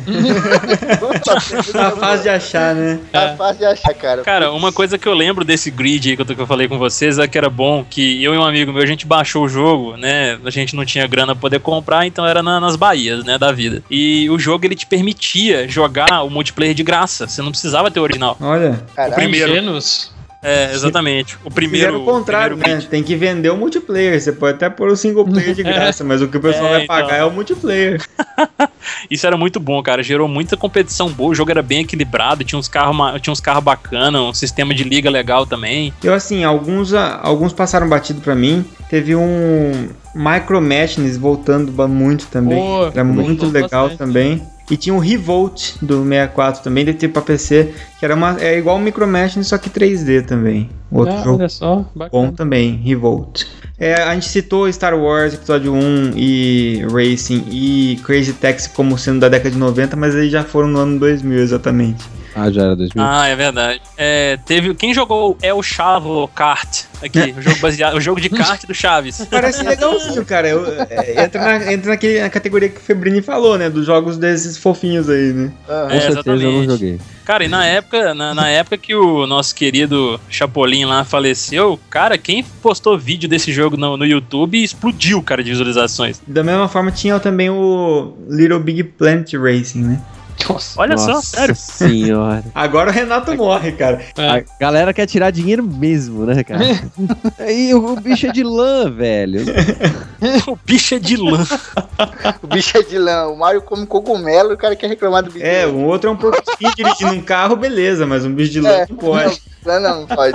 Tá fácil de achar, né? Tá fácil de achar, cara. Cara, uma coisa que eu lembro desse Grid aí que eu falei com vocês é que era bom, que eu e um amigo meu, a gente baixou o jogo, né? A gente não tinha grana pra poder comprar, então era nas Bahias, né, da vida. E o jogo, ele te permitia jogar o multiplayer de graça. Você não precisava ter o original. Olha. O primeiro. Exatamente. O primeiro. O contrário, né? Tem que vender o multiplayer. Você pode até pôr o single player de graça, mas o que o pessoal vai pagar é o multiplayer. Isso era muito bom, cara. Gerou muita competição boa. O jogo era bem equilibrado. Tinha uns carros bacanas, um sistema de liga legal também. Eu, assim, alguns passaram batido pra mim. Teve um Micro Machines voltando muito também. Era muito legal bastante também. E tinha o Revolt do 64 também, deve ter pra PC, que é igual o Micro Machines, só que 3D também. Outro jogo olha só, bom também, Revolt. A gente citou Star Wars Episódio 1 e Racing e Crazy Taxi como sendo da década de 90, mas eles já foram no ano 2000 exatamente. Já era 2000. É verdade. Quem jogou o Chavo Kart aqui? O jogo de kart do Chaves. Parece legalzinho, cara. Entra na categoria que o Febrini falou, né? Dos jogos desses fofinhos aí, né? Com certeza eu não joguei. Cara, e na época que o nosso querido Chapolin lá faleceu, cara, quem postou vídeo desse jogo no YouTube explodiu, cara, de visualizações. Da mesma forma tinha também o Little Big Planet Racing, né? Olha só, sério. Senhora. Agora o Renato morre, cara. A galera quer tirar dinheiro mesmo, né, cara? E o bicho é de lã, velho. O bicho é de lã. O bicho é de lã. O Mario come cogumelo e o cara quer reclamar do bicho. Um outro é um porquinho dirigindo um carro, beleza, mas um bicho de lã não pode. Não pode.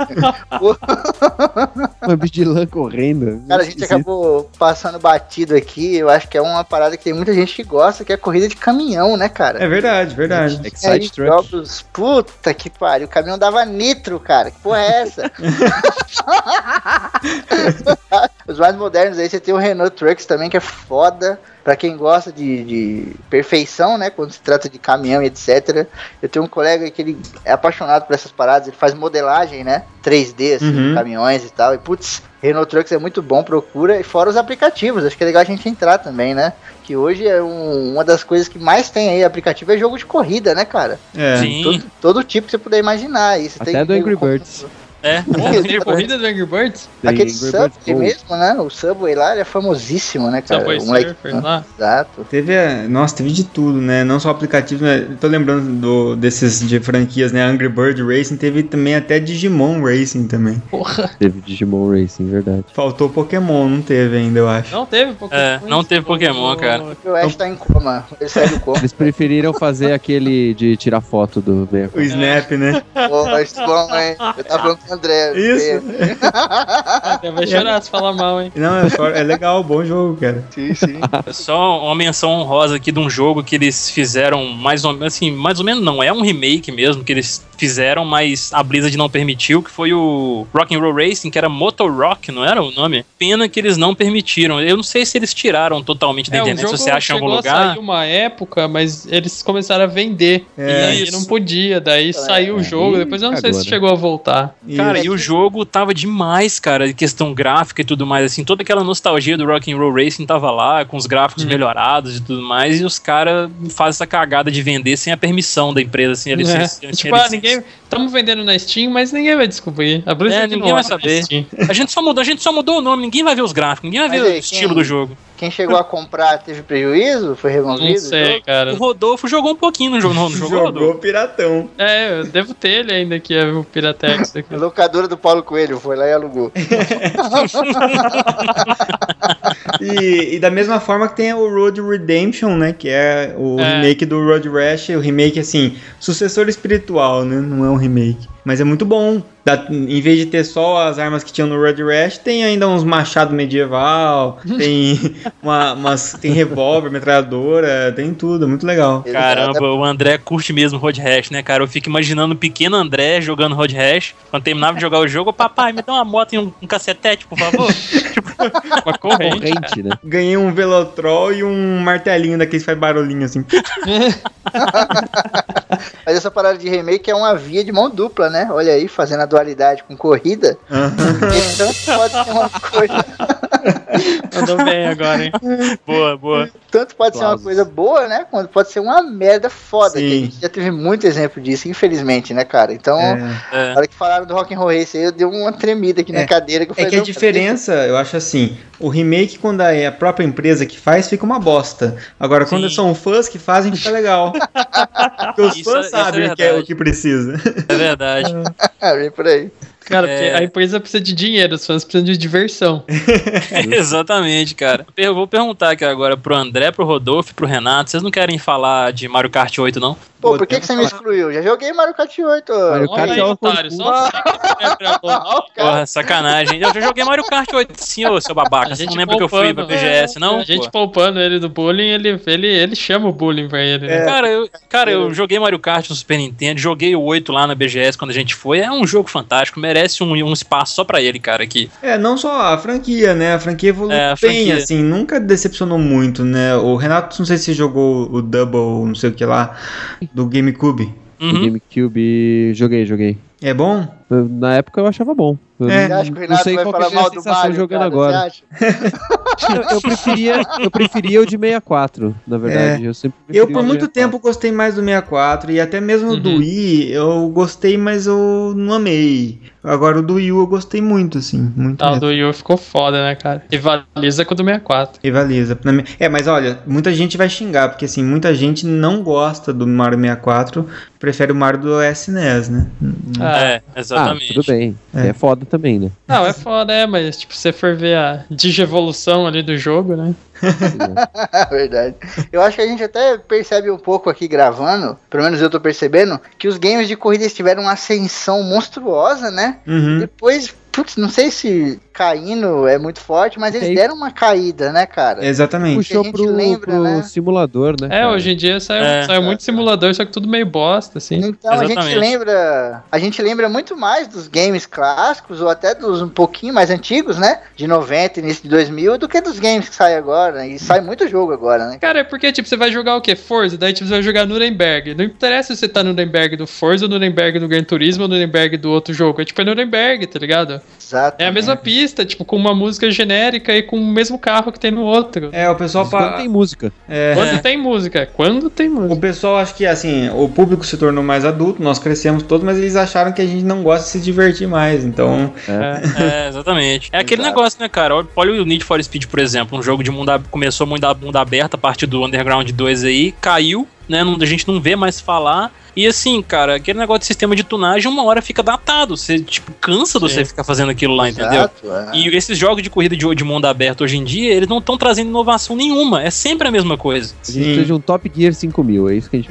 Um bicho de lã correndo. Cara, a gente acabou passando batido aqui. Eu acho que é uma parada que tem muita gente que gosta, que é a corrida de caminhão, né, cara? É verdade. Excite Truck. Jogos, puta que pariu. O caminhão dava nitro, cara. Que porra é essa? Os mais modernos aí você tem o Renault Trucks também, que é foda. Pra quem gosta de perfeição, né? Quando se trata de caminhão e etc. Eu tenho um colega que ele é apaixonado por essas paradas. Ele faz modelagem, né? 3D, assim, caminhões e tal. E putz, Renault Trucks é muito bom, procura. E fora os aplicativos, acho que é legal a gente entrar também, né? Que hoje é uma das coisas que mais tem aí, aplicativo, é jogo de corrida, né, cara? É. Sim. Todo tipo que você puder imaginar. Aí você Até tem do Angry Birds. Tem corrida do Angry Birds? Aquele Angry Birds Subway Go. mesmo, né? O Subway lá, ele é famosíssimo, né, cara? Subway O moleque- Surfer lá. Exato. Nossa, teve de tudo, né? Não só aplicativo, né? Tô lembrando desses de franquias, né? Angry Bird Racing, teve também até Digimon Racing também. Porra. Teve Digimon Racing, verdade. Faltou Pokémon, não teve ainda, eu acho. Não teve Pokémon. Não teve Pokémon, cara. O Ash tá em coma. Ele sai do coma. Eles preferiram fazer aquele de tirar foto do O Snap, né? Pô, mas bom, hein? Eu tava falando com o André. Isso. Vai chorar se falar mal, hein? Não, é legal, bom jogo, cara. Sim, sim. Só uma menção honrosa aqui de um jogo que eles fizeram mais ou menos não, é um remake mesmo que eles fizeram, mas a Blizzard não permitiu, que foi o Rock'n'Roll Racing, que era Motor Rock, não era o nome? Pena que eles não permitiram. Eu não sei se eles tiraram totalmente da internet, se você acha em algum lugar. Saiu uma época, mas eles começaram a vender. E aí não podia, daí saiu o jogo, depois eu não sei se chegou a voltar. Cara, e o jogo tava demais, cara, de questão gráfica e tudo mais, assim, toda aquela nostalgia do Rock'n'Roll Racing tava lá, com os gráficos melhorados e tudo mais, e os caras fazem essa cagada de vender sem a permissão da empresa, assim, eles... Tipo, ninguém... Estamos vendendo na Steam, mas ninguém vai descobrir. A Blizzard ninguém vai saber. A gente só mudou o nome, ninguém vai ver os gráficos, ninguém vai ver o estilo do jogo. Quem chegou a comprar teve prejuízo? Foi removido? Não sei, cara. O Rodolfo jogou um pouquinho no jogo, não jogou, Rodolfo? Jogou piratão. Eu devo ter ele ainda aqui, o Piratex aqui. A locadora do Paulo Coelho foi lá e alugou. E da mesma forma que tem o Road Redemption, né? Que é o remake do Road Rash. O remake, assim, sucessor espiritual, né? Não é um remake. Mas é muito bom. Em vez de ter só as armas que tinham no Road Rash, tem ainda uns machado medieval, tem revólver, metralhadora, tem tudo, é muito legal. Caramba, o André curte mesmo Road Rash, né, cara? Eu fico imaginando o pequeno André jogando Road Rash. Quando terminava de jogar o jogo, papai, me dá uma moto e um cacetete, por favor. Uma corrente, né? Ganhei um Velotrol e um martelinho daqueles que faz barulhinho assim. Mas essa parada de remake é uma via de mão dupla, né? Olha aí, fazendo a dualidade com corrida. Então pode ser uma coisa... Mandou bem agora, hein? Boa. Tanto pode ser uma coisa boa, né? Quanto pode ser uma merda foda. Sim. Que a gente já teve muito exemplo disso, infelizmente, né, cara? Então, na hora que falaram do Rock'n'Roll Race aí, eu dei uma tremida aqui na cadeira. Que eu falei, que a diferença, eu acho assim, o remake, quando é a própria empresa que faz, fica uma bosta. Agora, quando são fãs que fazem, fica legal. Porque os fãs sabem que é o que precisa. É verdade. Vem por aí. Cara, porque a empresa precisa de dinheiro, os fãs precisam de diversão. Exatamente, cara. Eu vou perguntar aqui agora pro André, pro Rodolfo e pro Renato. Vocês não querem falar de Mario Kart 8, não? Pô, por que você me excluiu? Já joguei Mario Kart 8. Mario Kart é otário, só Porra, sacanagem. Eu já joguei Mario Kart 8 sim, ô seu babaca. Você não lembra que eu fui pra BGS, não? A gente poupando ele do bullying, ele chama o bullying pra ele, né? Cara, eu joguei Mario Kart no Super Nintendo, joguei o 8 lá na BGS quando a gente foi. É um jogo fantástico, merece um espaço só pra ele, cara, aqui. Não só a franquia, né? A franquia evoluiu bem, assim, nunca decepcionou muito, né? O Renato, não sei se jogou o Double, não sei o que lá, do GameCube. O GameCube, joguei. É bom? Na época eu achava bom. Eu não sei qual que é a sensação jogando agora. Eu preferia o de 64, na verdade. Eu por muito tempo gostei mais do 64 e até mesmo do Wii eu gostei, mas eu não amei. Agora o do Wii U eu gostei muito, assim. Muito o do Wii U ficou foda, né, cara? Rivaliza com o do 64. Rivaliza. Mas olha, muita gente vai xingar, porque assim, muita gente não gosta do Mario 64, prefere o Mario do SNES, né? Exatamente. Tudo bem. É foda também, né? Não, é foda, mas tipo, se você for ver a digievolução ali do jogo, né? Verdade. Eu acho que a gente até percebe um pouco aqui gravando, pelo menos eu tô percebendo, que os games de corrida tiveram uma ascensão monstruosa, né? Depois putz, não sei se caindo é muito forte, mas eles deram uma caída, né, cara? Exatamente. Puxou pro simulador, né? É, hoje em dia saiu muito simulador, só que tudo meio bosta, assim. Então a gente lembra muito mais dos games clássicos, ou até dos um pouquinho mais antigos, né? De 90, início de 2000, do que dos games que saem agora. E sai muito jogo agora, né? Cara, é porque, tipo, você vai jogar o quê? Forza, daí tipo, você vai jogar Nuremberg. Não interessa se você tá no Nuremberg do Forza, ou no Nuremberg do Gran Turismo, ou no Nuremberg do outro jogo. É tipo, é Nuremberg, tá ligado? Exato. É a mesma pista, tipo, com uma música genérica e com o mesmo carro que tem no outro. É, o pessoal... Quando tem música. Quando tem música. Quando tem música. O pessoal, acho que, assim, o público se tornou mais adulto, nós crescemos todos, mas eles acharam que a gente não gosta de se divertir mais, então... Exatamente. É aquele negócio, né, cara? Olha o Need for Speed, por exemplo, um jogo de começou mundo aberto a partir do Underground 2 aí, caiu, né, a gente não vê mais falar. E assim, cara, aquele negócio de sistema de tunagem, uma hora fica datado. Você, tipo, cansa de você ficar fazendo aquilo lá, entendeu? E esses jogos de corrida de mundo aberto hoje em dia, eles não estão trazendo inovação nenhuma. É sempre a mesma coisa. A gente precisa de um Top Gear 5000, é isso que a gente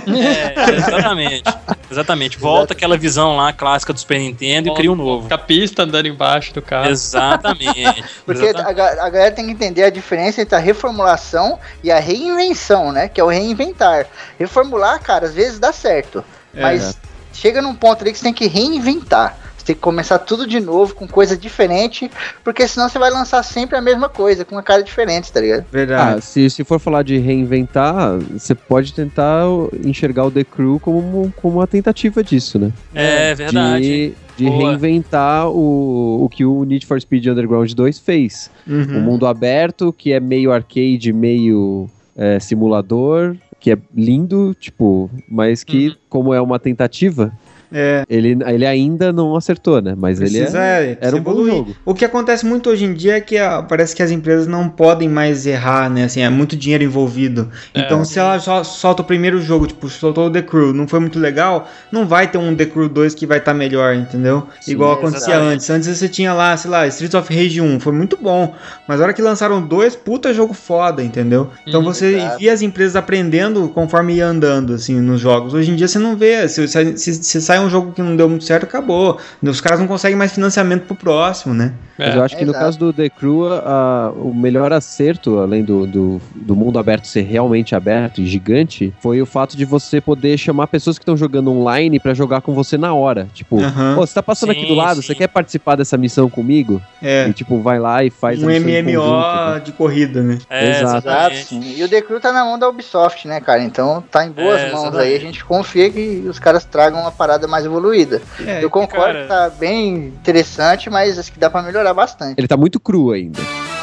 Exatamente. Volta aquela visão lá clássica do Super Nintendo e cria um novo. Fica a pista andando embaixo do carro. Exatamente. Porque a galera tem que entender a diferença entre a reformulação e a reinvenção, né? Que é o reinventar. Reformular, cara, às vezes dá certo. Mas chega num ponto ali que você tem que reinventar. Você tem que começar tudo de novo, com coisa diferente, porque senão você vai lançar sempre a mesma coisa, com uma cara diferente, tá ligado? Verdade. Se for falar de reinventar, você pode tentar enxergar o The Crew como uma tentativa disso, né? É verdade. De reinventar o que o Need for Speed Underground 2 fez. Um mundo aberto, que é meio arcade, meio simulador, que é lindo, tipo, mas que, como é uma tentativa, ele ainda não acertou, né? Mas era um bom jogo. O que acontece muito hoje em dia é que parece que as empresas não podem mais errar, né? Assim, é muito dinheiro envolvido. Então, se ela solta o primeiro jogo, tipo, soltou o The Crew, não foi muito legal, não vai ter um The Crew 2 que vai estar melhor, entendeu? Sim, igual acontecia antes. Antes você tinha lá, sei lá, Streets of Rage 1, foi muito bom. Mas na hora que lançaram 2, puta jogo foda, entendeu? Então você via as empresas aprendendo conforme ia andando, assim, nos jogos. Hoje em dia você não vê. Se sai um jogo que não deu muito certo, acabou. Os caras não conseguem mais financiamento pro próximo, né? Mas eu acho que no caso do The Crew, o melhor acerto, além do mundo aberto ser realmente aberto e gigante, foi o fato de você poder chamar pessoas que estão jogando online pra jogar com você na hora. Tipo, você tá passando aqui do lado, você quer participar dessa missão comigo? E tipo, vai lá e faz a missão MMO de corrida, né? Exato. E o The Crew tá na mão da Ubisoft, né, cara? Então tá em boas mãos aí. A gente confia que os caras tragam uma parada mais evoluída. Eu concordo que tá bem interessante, mas acho que dá pra melhorar bastante. Ele tá muito cru ainda.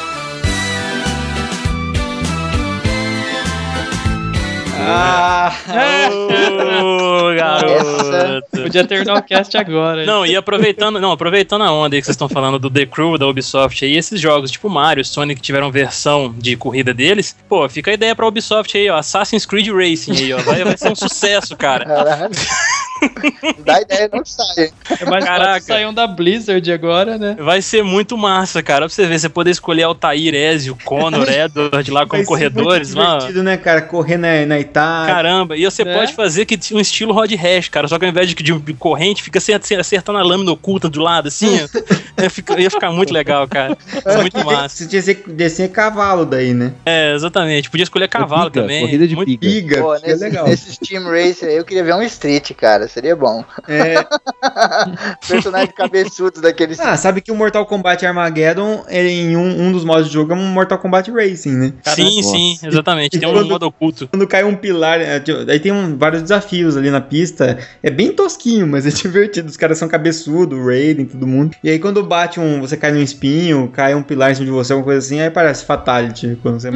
Garoto. Podia terminar o cast agora. Não, e aproveitando a onda aí que vocês estão falando do The Crew, da Ubisoft aí, esses jogos tipo Mario, Sonic que tiveram versão de corrida deles, pô, fica a ideia pra Ubisoft aí, ó, Assassin's Creed Racing aí, ó, vai ser um sucesso, cara. Caralho. Dá ideia, não sai. Mas saiam da Blizzard agora, né? Vai ser muito massa, cara. Pra você ver, você poder escolher Altair, Ezio, Connor, Edward lá como corredores. Vai ser muito divertido, né, cara? Correr na Itália. Caramba, e você pode fazer um estilo Rod Hash, cara. Só que ao invés de corrente, fica acertando a lâmina oculta do lado, assim. Ia ficar muito legal, cara. É muito massa. Você tinha que descer cavalo daí, né? Exatamente. Podia escolher cavalo também. Corrida de biga. Pô, nesse Team Race aí, eu queria ver um Street, cara. Seria bom. Personagem cabeçudo daqueles. Sabe que o Mortal Kombat Armageddon, em um dos modos de jogo, é um Mortal Kombat Racing, né? Sim, exatamente. Tem um modo oculto. Quando cai um pilar, aí tem vários desafios ali na pista. É bem tosquinho, mas é divertido. Os caras são cabeçudos, o Raiden, todo mundo. E aí quando bate você cai num espinho, cai um pilar em cima de você, alguma coisa assim, aí parece Fatality. Quando você...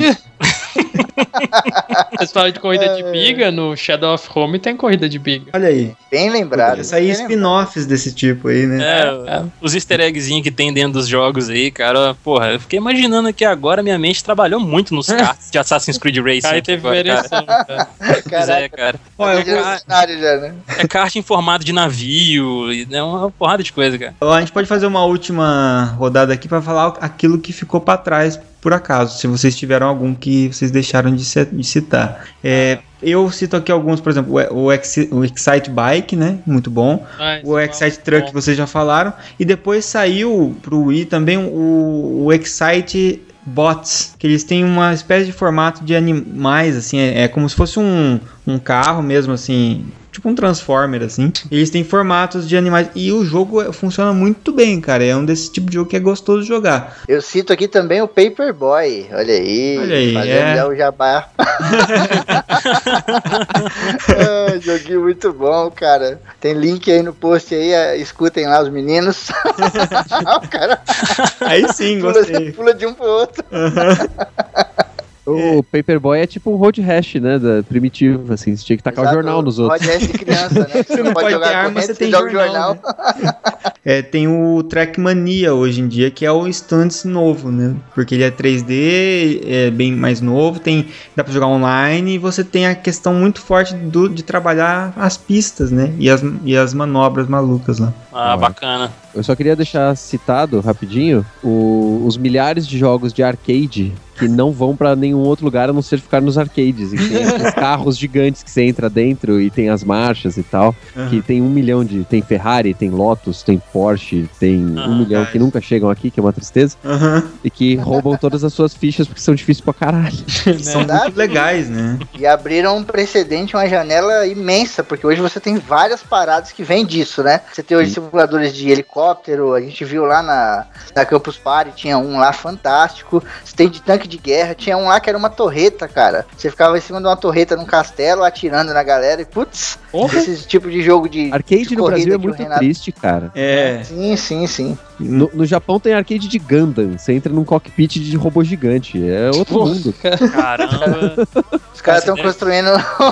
Vocês falam de corrida de biga, no Shadow of Home tem corrida de biga. Olha aí. Bem lembrado. Isso aí, spin-offs desse tipo aí, né? Os easter eggzinhos que tem dentro dos jogos aí, cara. Porra, eu fiquei imaginando aqui agora, minha mente trabalhou muito nos cards de Assassin's Creed Racing. Aí teve variação, cara. Cara. Olha, já, né? É kart em formato de navio, é uma porrada de coisa, cara. A gente pode fazer uma última rodada aqui pra falar aquilo que ficou pra trás, por acaso, se vocês tiveram algum que vocês deixaram de citar. Eu cito aqui alguns, por exemplo, o Excite Bike, né? Muito bom. O Excite Truck, que vocês já falaram. E depois saiu pro Wii também o Excite Bots, que eles têm uma espécie de formato de animais, assim, é como se fosse um carro mesmo, assim, tipo um Transformer, assim. Eles têm formatos de animais e o jogo funciona muito bem, cara. É um desse tipo de jogo que é gostoso de jogar. Eu cito aqui também o Paperboy. Olha aí, fazendo o jabá. Joguinho muito bom, cara. Tem link aí no post aí, escutem lá os meninos. Cara, aí sim, gostei. Pula de um pro outro. O Paperboy é tipo um road rash, né? Primitivo, assim. Você tinha que tacar o jornal nos outros. Road rash de criança, né? Você não pode jogar ter arma, você tem jornal. Né? Tem o Trackmania hoje em dia, que é o Stunts novo, né? Porque ele é 3D, é bem mais novo, dá pra jogar online e você tem a questão muito forte de trabalhar as pistas, né? E as manobras malucas lá. Bacana. Eu só queria deixar citado rapidinho os milhares de jogos de arcade que não vão pra nenhum outro lugar a não ser ficar nos arcades. E tem aqueles carros gigantes que você entra dentro e tem as marchas e tal. Que tem 1 milhão tem Ferrari, tem Lotus, tem Porsche, tem 1 milhão que nunca chegam aqui, que é uma tristeza. E que roubam todas as suas fichas porque são difíceis pra caralho. São muito legais, né? E abriram um precedente, uma janela imensa, porque hoje você tem várias paradas que vêm disso, né? Você tem hoje simuladores de helicóptero, a gente viu lá na Campus Party, tinha um lá fantástico. Você tem de tanque de guerra, tinha um lá que era uma torreta, cara. Você ficava em cima de uma torreta num castelo, atirando na galera e putz, esse tipo de jogo de arcade no Brasil é muito triste, cara. Sim. No Japão tem arcade de Gundam. Você entra num cockpit de robô gigante. É outro mundo. Caramba. Os caras estão construindo...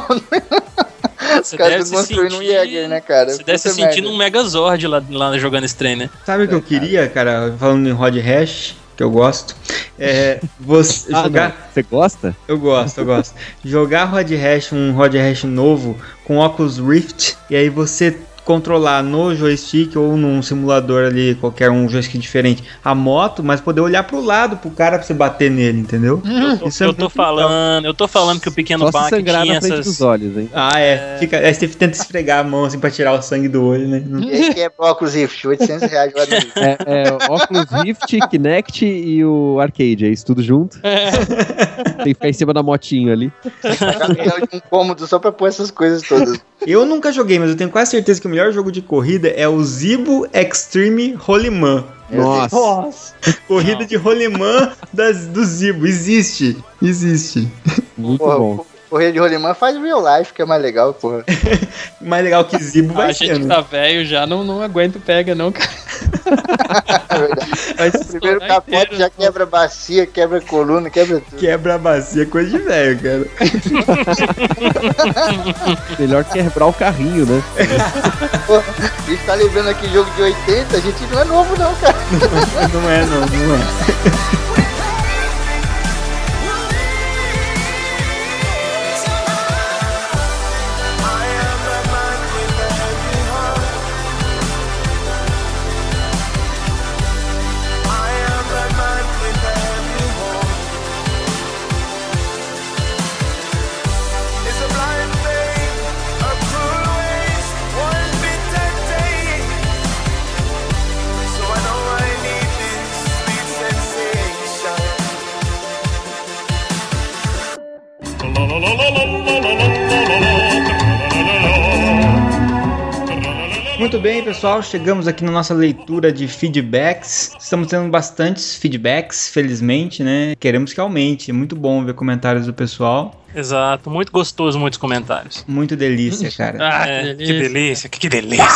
Os caras estão construindo um Jäger, né, cara? Você deve se sentir um Megazord lá jogando esse trem, né? Sabe o que eu queria, cara? Falando em Road Rash, que eu gosto. Você jogar... Você gosta? Eu gosto. Jogar Road Rash, um Road Rash novo com Oculus Rift, e aí você controlar no joystick ou num simulador ali, qualquer um joystick diferente, a moto, mas poder olhar pro lado pro cara pra você bater nele, entendeu? Eu tô falando que o pequeno Bach tinha essas... dos olhos, hein? Aí você tenta esfregar a mão assim pra tirar o sangue do olho, né? E aí que é pro Oculus Rift, R$800 lá no Oculus Rift, Kinect e o Arcade, é isso tudo junto? Tem que ficar em cima da motinho ali. Um cômodo só pra pôr essas coisas todas. Eu nunca joguei, mas eu tenho quase certeza que o melhor jogo de corrida é o Zibo Extreme Rolimã. Nossa! Corrida de rolimã do Zibo. Existe. Muito bom. Corrida de rolimã faz real life, que é mais legal, porra. Mais legal que Zibo vai ser, A gente que tá velho já não aguenta pega, não, cara. É verdade. Mas o primeiro capote inteiro, já quebra bacia, quebra coluna, quebra tudo. Quebra a bacia, coisa de velho, cara. Melhor quebrar o carrinho, né? Pô, a gente tá lembrando aqui jogo de 80, a gente não é novo não, cara. Não é. Muito bem, pessoal, chegamos aqui na nossa leitura de feedbacks. Estamos tendo bastantes feedbacks, felizmente, né? Queremos que aumente. É muito bom ver comentários do pessoal. Exato, muito gostoso, muitos comentários. Muito delícia, cara. Que delícia,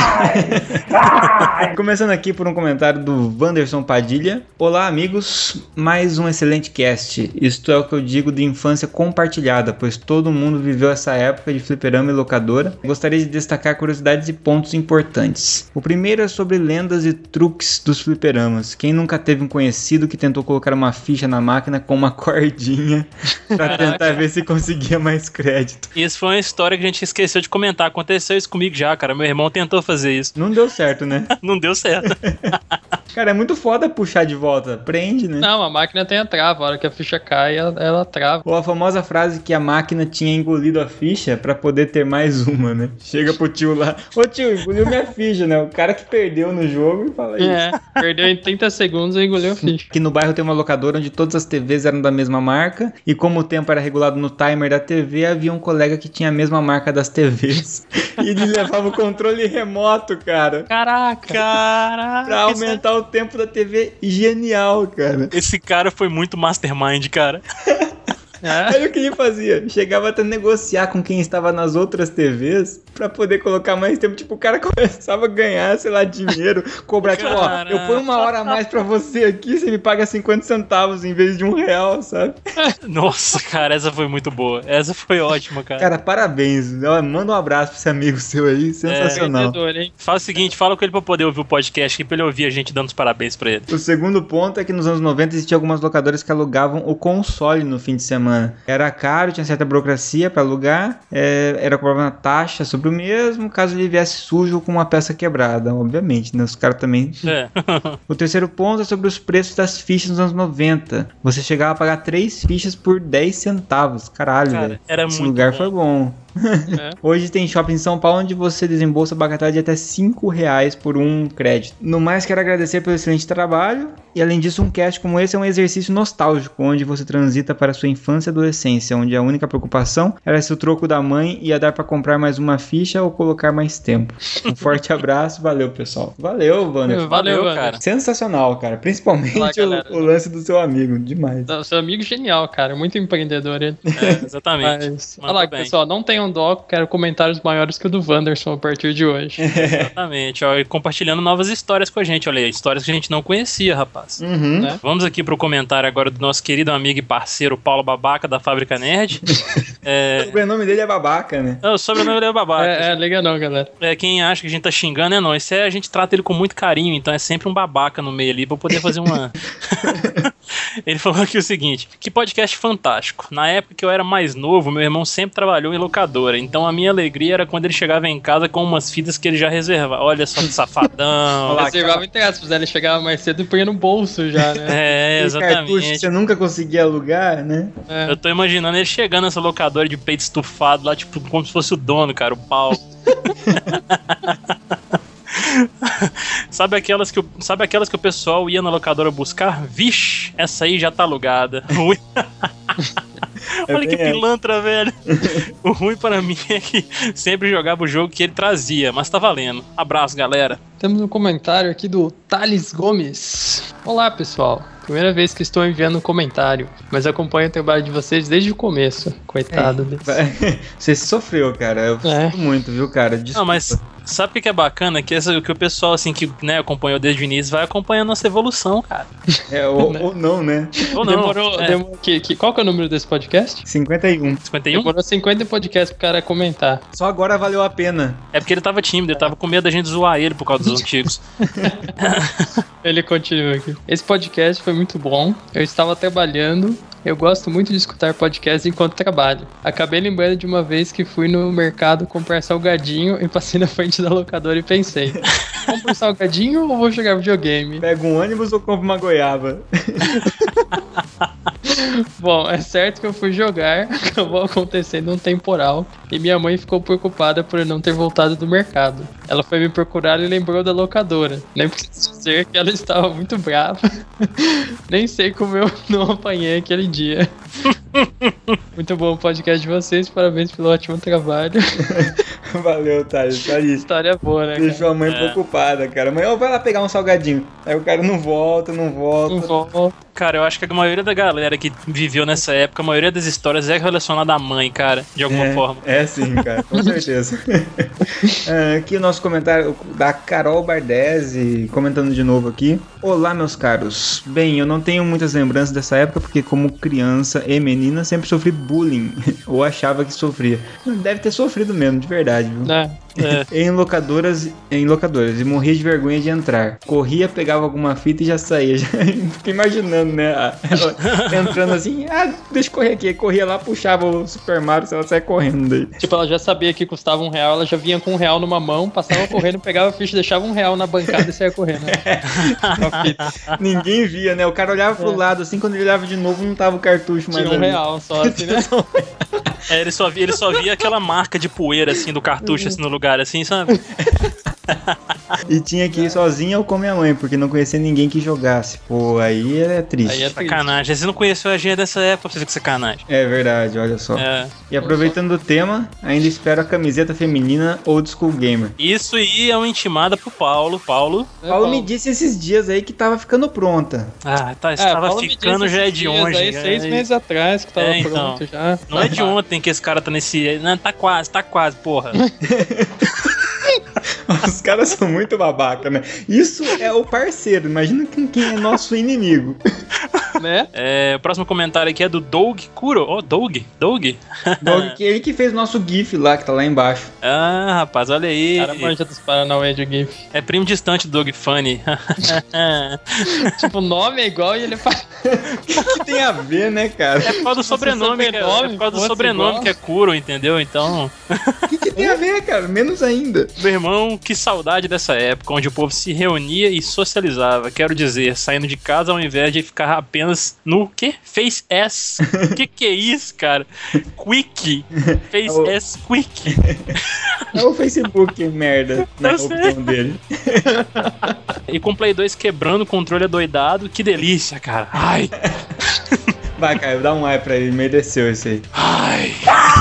cara. Começando aqui por um comentário do Wanderson Padilha. Olá, amigos, mais um excelente cast. Isto é o que eu digo de infância compartilhada, pois todo mundo viveu essa época de fliperama e locadora. Gostaria de destacar curiosidades e pontos importantes. O primeiro é sobre lendas e truques dos fliperamas. Quem nunca teve um conhecido que tentou colocar uma ficha na máquina com uma cordinha pra tentar ver se conseguia mais crédito. Isso foi uma história que a gente esqueceu de comentar. Aconteceu isso comigo já, cara. Meu irmão tentou fazer isso. Não deu certo, né? Não deu certo. Cara, é muito foda puxar de volta. Prende, né? Não, a máquina tem a trava. A hora que a ficha cai, ela trava. Ou a famosa frase que a máquina tinha engolido a ficha pra poder ter mais uma, né? Chega pro tio lá. Ô tio, engoliu minha ficha, né? O cara que perdeu no jogo e fala isso. Perdeu em 30 segundos e engoliu a ficha. Aqui no bairro tem uma locadora onde todas as TVs eram da mesma marca. E como o tempo era regulado no timer da TV, havia um colega que tinha a mesma marca das TVs. E ele levava o controle remoto, cara. Caraca! Pra aumentar o tempo da TV. Genial, cara. Esse cara foi muito mastermind, cara. Olha o que ele fazia. Chegava até negociar com quem estava nas outras TVs pra poder colocar mais tempo. Tipo, o cara começava a ganhar, sei lá, dinheiro. Cobrar, tipo, ó, eu ponho uma hora a mais pra você aqui, você me paga 50 centavos em vez de R$1, sabe? Nossa, cara, essa foi muito boa. Essa foi ótima, cara. Cara, parabéns. Manda um abraço pra esse amigo seu aí. Sensacional. Fala o seguinte, fala com ele pra poder ouvir o podcast aqui, pra ele ouvir a gente dando os parabéns pra ele. O segundo ponto é que nos anos 90 existiam algumas locadoras que alugavam o console no fim de semana. Era caro, tinha certa burocracia pra alugar, era cobrado uma taxa sobre o mesmo, caso ele viesse sujo com uma peça quebrada, obviamente, né? Os caras também... O terceiro ponto é sobre os preços das fichas nos anos 90. Você chegava a pagar 3 fichas por 10 centavos. Caralho, velho. Esse lugar foi bom. Hoje tem shopping em São Paulo onde você desembolsa bagatela de até R$5 por um crédito. No mais, quero agradecer pelo excelente trabalho. E além disso, um cast como esse é um exercício nostálgico, onde você transita para a sua infância e adolescência, onde a única preocupação era se o troco da mãe ia dar para comprar mais uma ficha ou colocar mais tempo. Um forte abraço, valeu pessoal. Valeu, Wander. Valeu, cara. Sensacional, cara. Principalmente o lance do seu amigo, demais. O seu amigo genial, cara. Muito empreendedor ele. Exatamente. Mas, olha lá, pessoal, não tenham dó, quero comentários maiores que o do Wanderson a partir de hoje. Exatamente, ó, e compartilhando novas histórias com a gente, olha aí, histórias que a gente não conhecia, rapaz. Né? Vamos aqui pro comentário agora do nosso querido amigo e parceiro Paulo Babaca da Fábrica Nerd. O sobrenome dele é Babaca, né? O sobrenome dele é Babaca. Liga não, galera. Quem acha que a gente tá xingando é nós. A gente trata ele com muito carinho, então é sempre um babaca no meio ali pra poder fazer uma... Ele falou aqui o seguinte: que podcast fantástico. Na época que eu era mais novo, meu irmão sempre trabalhou em locadora, então a minha alegria era quando ele chegava em casa com umas fitas que ele já reservava. Olha só que safadão. Reservava entre aspas, ele chegava mais cedo e punha no bolso já, né? Exatamente. Cartucho que você nunca conseguia alugar, né? Eu tô imaginando ele chegando nessa locadora de peito estufado lá, tipo, como se fosse o dono, cara, o Paulo. Sabe aquelas que o pessoal ia na locadora buscar? Vixe, essa aí já tá alugada. Olha que pilantra, velho. O ruim para mim é que sempre jogava o jogo que ele trazia, mas tá valendo. Abraço, galera. Temos um comentário aqui do Thales Gomes. Olá, pessoal. Primeira vez que estou enviando um comentário, mas acompanho o trabalho de vocês desde o começo. Coitado desse. Você sofreu, cara. Eu sofro muito, viu, cara? Desculpa. Não, mas sabe o que é bacana? Que o pessoal, assim, que né, acompanhou desde o início, vai acompanhando a nossa evolução, cara. Ou não, né? Ou não. Demorou, qual que é o número desse podcast? 51. 51? Demorou 50 podcasts pro cara comentar. Só agora valeu a pena. É porque ele tava tímido, ele tava com medo da gente zoar ele por causa dos antigos. Ele continua aqui. Esse podcast foi muito bom. Eu estava trabalhando. Eu gosto muito de escutar podcasts enquanto trabalho. Acabei lembrando de uma vez que fui no mercado comprar salgadinho e passei na frente da locadora e pensei: compro salgadinho ou vou jogar videogame? Pego um ônibus ou compro uma goiaba? Bom, é certo que eu fui jogar, acabou acontecendo um temporal e minha mãe ficou preocupada por eu não ter voltado do mercado. Ela foi me procurar e lembrou da locadora. Nem preciso dizer que ela estava muito brava. Nem sei como eu não apanhei aquele dia. Muito bom o podcast de vocês, parabéns pelo ótimo trabalho. Valeu, Thales. História boa, né? Deixou a mãe preocupada, cara. Mãe, vai lá pegar um salgadinho. Aí o cara não volta. Cara, eu acho que a maioria da galera que viveu nessa época, a maioria das histórias é relacionada à mãe, cara, de alguma forma. É sim, cara, com certeza. Aqui o nosso comentário da Carol Bardesi, comentando de novo aqui. Olá, meus caros. Bem, eu não tenho muitas lembranças dessa época, porque como criança e menina sempre sofri bullying, ou achava que sofria. Deve ter sofrido mesmo, de verdade. verdade, viu? Em locadoras e morria de vergonha de entrar. Corria, pegava alguma fita e já saía. Fiquei imaginando, né? Ela entrando assim, deixa eu correr aqui. Corria lá, puxava o Super Mario, ela saia correndo daí. Tipo, ela já sabia que custava R$1, ela já vinha com R$1 numa mão, passava correndo, pegava a ficha, deixava R$1 na bancada e saia correndo. Ninguém via, né? O cara olhava pro lado assim, quando ele olhava de novo, não tava o cartucho mais. Tinha R$1 só, assim, né? Ele só via aquela marca de poeira, assim, do cartucho, assim, no lugar, assim, sabe? E tinha que ir sozinha ou com minha mãe, porque não conhecia ninguém que jogasse. Pô, aí é triste. Aí é sacanagem. Você não conheceu a Gia dessa época, você que sacanagem. É verdade, olha só. E aproveitando o tema, ainda espero a camiseta feminina Old School Gamer. Isso aí é uma intimada pro Paulo. Paulo me disse esses dias aí que tava ficando pronta. Estava ficando já é de onde? Aí, 6 meses atrás que tava pronto já. Não é de ontem que esse cara tá nesse... Não, tá quase, porra. Os caras são muito babaca, né? Isso é o parceiro, imagina quem é nosso inimigo. Né? O próximo comentário aqui é do Doug Kuro. Doug? Doug, que ele que fez o nosso GIF lá, que tá lá embaixo. Rapaz, olha aí. O cara manja dos Paranauê de GIF. É primo distante do Doug Funny. Tipo, o nome é igual e ele faz... O que tem a ver, né, cara? É por causa do sobrenome, é por causa do sobrenome que é Kuro, entendeu? Então... O que tem a ver, cara? Menos ainda. Meu irmão, que saudade dessa época, onde o povo se reunia e socializava. Quero dizer, saindo de casa ao invés de ficar apenas no quê? Face S. Que é isso, cara? Quick. Face S Quick. É o Facebook, merda, na opção dele. E com Play 2 quebrando o controle adoidado, que delícia, cara. Ai. Vai, Caio, dá um ai pra ele, mereceu isso aí. Ai.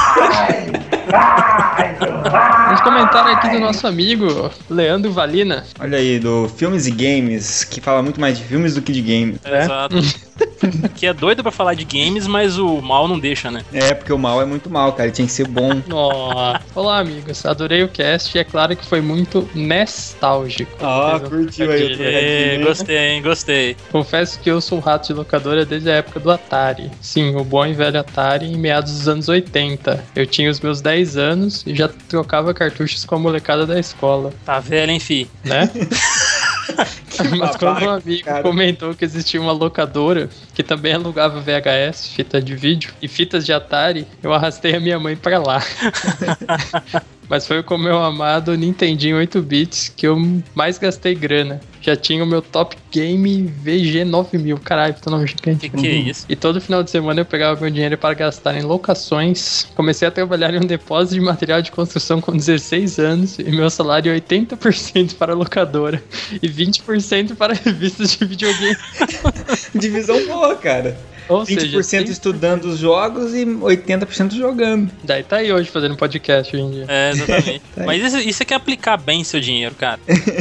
Uns comentários aqui do nosso amigo Leandro Valina. Olha aí, do Filmes e Games, que fala muito mais de filmes do que de games. Exato. Que é doido pra falar de games, mas o mal não deixa, né? É, porque o mal é muito mal, cara, ele tinha que ser bom. Olá, amigos, adorei o cast e é claro que foi muito nostálgico. Curtiu aí o Gostei. Confesso que eu sou um rato de locadora desde a época do Atari. Sim, o bom e velho Atari em meados dos anos 80. Eu tinha os meus 10 anos e já trocava cartuchos com a molecada da escola. Tá velho, hein, fi? Né? Mas quando um amigo comentou que existia uma locadora que também alugava VHS, fita de vídeo, e fitas de Atari, eu arrastei a minha mãe pra lá. Mas foi com o meu amado Nintendinho 8 bits que eu mais gastei grana. Já tinha o meu Top Game VG9000. Caralho, tá nome gigante. Que é isso? E todo final de semana eu pegava meu dinheiro para gastar em locações. Comecei a trabalhar em um depósito de material de construção com 16 anos. E meu salário é 80% para locadora. E 20% para revistas de videogame. Divisão boa, cara. Ou 20% seja, estudando os jogos e 80% jogando. Daí tá aí hoje fazendo podcast hoje em dia. É, exatamente. Mas isso é que é aplicar bem seu dinheiro, cara.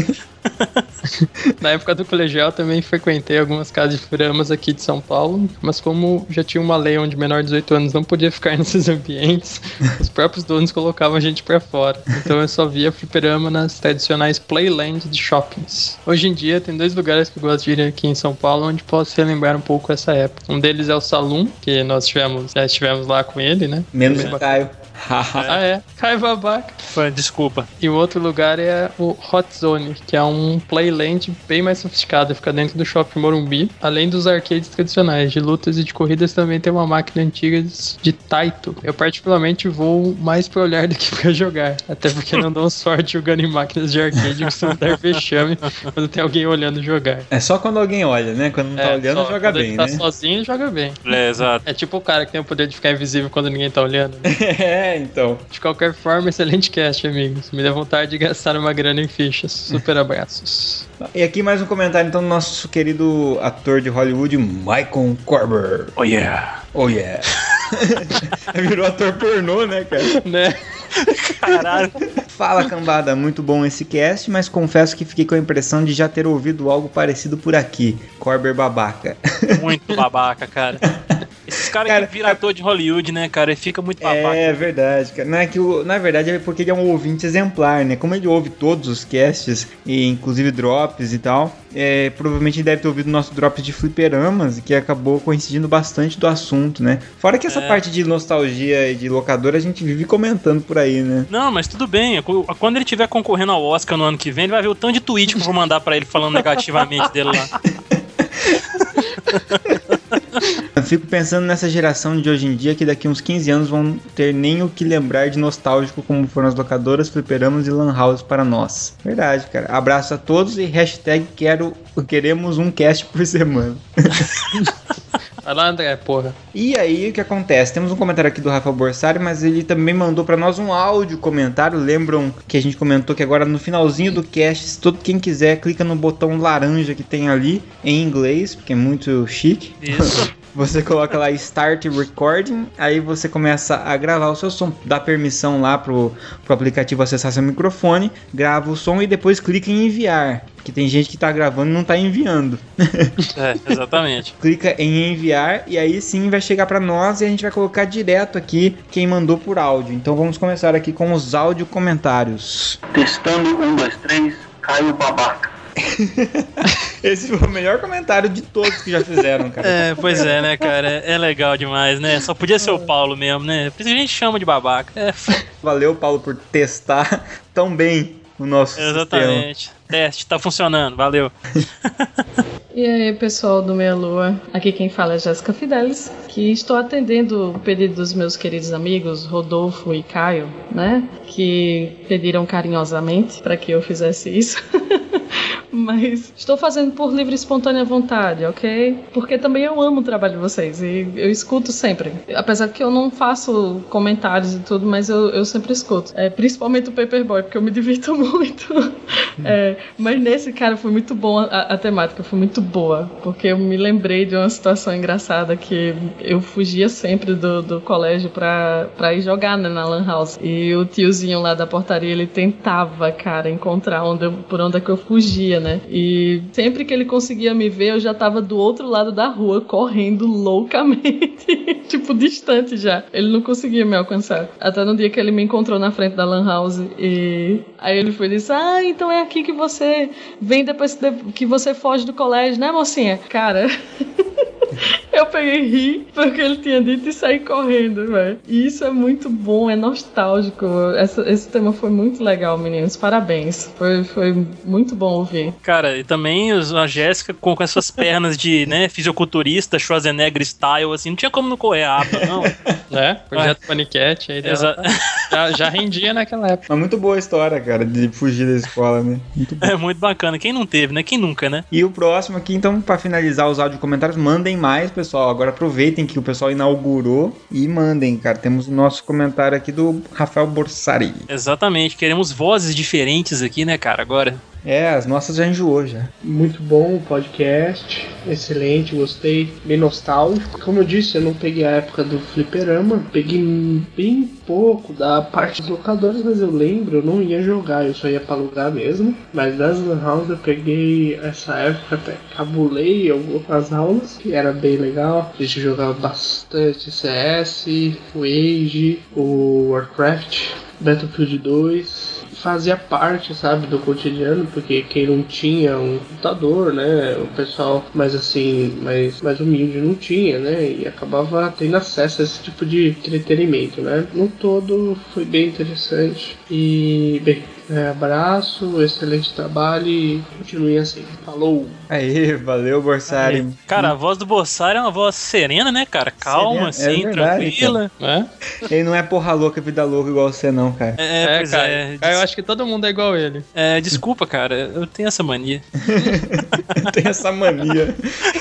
Na época do colegial também frequentei algumas casas de fliperamas aqui de São Paulo, mas como já tinha uma lei onde menor de 18 anos não podia ficar nesses ambientes, os próprios donos colocavam a gente pra fora. Então eu só via fliperama nas tradicionais playland de shoppings. Hoje em dia tem 2 lugares que eu gosto de ir aqui em São Paulo onde posso relembrar um pouco essa época. Um deles é o Saloon, que nós já estivemos lá com ele, né? Menos o Caio. Caio babaca. Desculpa. E o outro lugar é o Hot Zone, que é um playland bem mais sofisticado, fica dentro do Shopping Morumbi. Além dos arcades tradicionais de lutas e de corridas, também tem uma máquina antiga de Taito. Eu particularmente vou mais pra olhar do que pra jogar, até porque não dou sorte jogando em máquinas de arcade, costumo dar vexame quando tem alguém olhando jogar. É só quando alguém olha, né? Quando não tá olhando, joga bem, né? Quando ele tá sozinho, joga bem. É, exato. É tipo o cara que tem o poder de ficar invisível quando ninguém tá olhando, né? Então. De qualquer forma, excelente cast, amigos. Me deu vontade de gastar uma grana em fichas. Super abraços. E aqui mais um comentário, então, do nosso querido ator de Hollywood, Michael Corber. Oh, yeah. Oh, yeah. Virou ator pornô, né, cara? Né? Caralho. Fala, cambada, muito bom esse cast, mas confesso que fiquei com a impressão de já ter ouvido algo parecido por aqui. Corber babaca. Muito babaca, cara. Esses caras que viram ator de Hollywood, né, cara? Ele fica muito babaca. É verdade, cara. Não é que na verdade é porque ele é um ouvinte exemplar, né? Como ele ouve todos os casts, e inclusive drops e tal, provavelmente ele deve ter ouvido o nosso drop de fliperamas, que acabou coincidindo bastante do assunto, né? Fora que essa parte de nostalgia e de locadora a gente vive comentando por aí, né? Não, mas tudo bem. Quando ele estiver concorrendo ao Oscar no ano que vem, ele vai ver o tanto de tweet que eu vou mandar pra ele falando negativamente dele lá. Eu fico pensando nessa geração de hoje em dia que daqui uns 15 anos vão ter nem o que lembrar de nostálgico como foram as locadoras, fliperamas e lan house para nós. Verdade, cara. Abraço a todos e hashtag queremos um cast por semana. Vai lá, André, porra. E aí, o que acontece? Temos um comentário aqui do Rafael Borsari, mas ele também mandou pra nós um áudio comentário. Lembram que a gente comentou que agora no finalzinho do cast, todo quem quiser, clica no botão laranja que tem ali, em inglês, porque é muito chique. Isso. Você coloca lá Start Recording, aí você começa a gravar o seu som, dá permissão lá pro aplicativo acessar seu microfone, grava o som e depois clica em enviar. Porque tem gente que tá gravando e não tá enviando. Exatamente. Clica em enviar e aí sim vai chegar pra nós e a gente vai colocar direto aqui quem mandou por áudio. Então vamos começar aqui com os áudio comentários. Testando 1, 2, 3, Caio Babaca. Esse foi o melhor comentário de todos que já fizeram, cara. Pois é, né, cara? É legal demais, né? Só podia ser o Paulo mesmo, né? Por isso que a gente chama de babaca. Valeu, Paulo, por testar tão bem o nosso Exatamente. sistema. Teste, tá funcionando. Valeu. E aí, pessoal do Meia Lua, aqui quem fala é Jéssica Fidelis, que estou atendendo o pedido dos meus queridos amigos Rodolfo e Caio, né, que pediram carinhosamente para que eu fizesse isso. Mas estou fazendo por livre e espontânea vontade, ok? Porque também eu amo o trabalho de vocês e eu escuto sempre. Apesar que eu não faço comentários e tudo, mas eu sempre escuto. Principalmente o Paperboy, porque eu me divirto muito. Mas nesse, cara, foi muito bom, a temática foi muito boa, porque eu me lembrei de uma situação engraçada que eu fugia sempre do colégio pra ir jogar, né, na Lan House. E o tiozinho lá da portaria, ele tentava, cara, encontrar por onde é que eu fugia, né? E sempre que ele conseguia me ver, eu já tava do outro lado da rua, correndo loucamente, tipo, distante já. Ele não conseguia me alcançar. Até no dia que ele me encontrou na frente da Lan House e aí ele foi e disse: ah, então é aqui que você vem depois que você foge do colégio, né, mocinha? Cara... Eu peguei e ri porque ele tinha dito e saí correndo, velho. E isso é muito bom, é nostálgico. Esse tema foi muito legal, meninos. Parabéns. Foi muito bom ouvir. Cara, e também a Jéssica com essas pernas de, né, fisiculturista, Schwarzenegger style, assim, não tinha como não correr rápido, não. Projeto Paniquete aí dela. Já rendia naquela época. Mas muito boa a história, cara, de fugir da escola, né? Muito bom. É muito bacana. Quem não teve, né? Quem nunca, né? E o próximo aqui, então, pra finalizar os áudio comentários, mandem mais, pessoal. Agora aproveitem que o pessoal inaugurou e mandem, cara. Temos o nosso comentário aqui do Rafael Borsari. Exatamente. Queremos vozes diferentes aqui, né, cara, agora. As nossas já enjoou, já. Muito bom o podcast, excelente, gostei, bem nostálgico. Como eu disse, eu não peguei a época do fliperama, peguei bem pouco da parte dos locadores, mas eu lembro, eu não ia jogar, eu só ia pra alugar mesmo. Mas das lan house eu peguei essa época, até cabulei algumas aulas, que era bem legal. A gente jogava bastante CS, o Age, o Warcraft, Battlefield 2... fazia parte, sabe, do cotidiano, porque quem não tinha um computador, né, o pessoal mais assim, mais humilde não tinha, né, e acabava tendo acesso a esse tipo de entretenimento, né. No todo foi bem interessante e, bem, abraço, excelente trabalho e continue assim. Falou! Aí, valeu, Borsari. Cara, a voz do Borsari é uma voz serena, né, cara? Calma, serena, assim, verdade, tranquila. Ele não é porra louca, vida louca igual você não, cara. Pois cara, eu acho que todo mundo é igual ele. Desculpa, cara, eu tenho essa mania. Tem essa mania.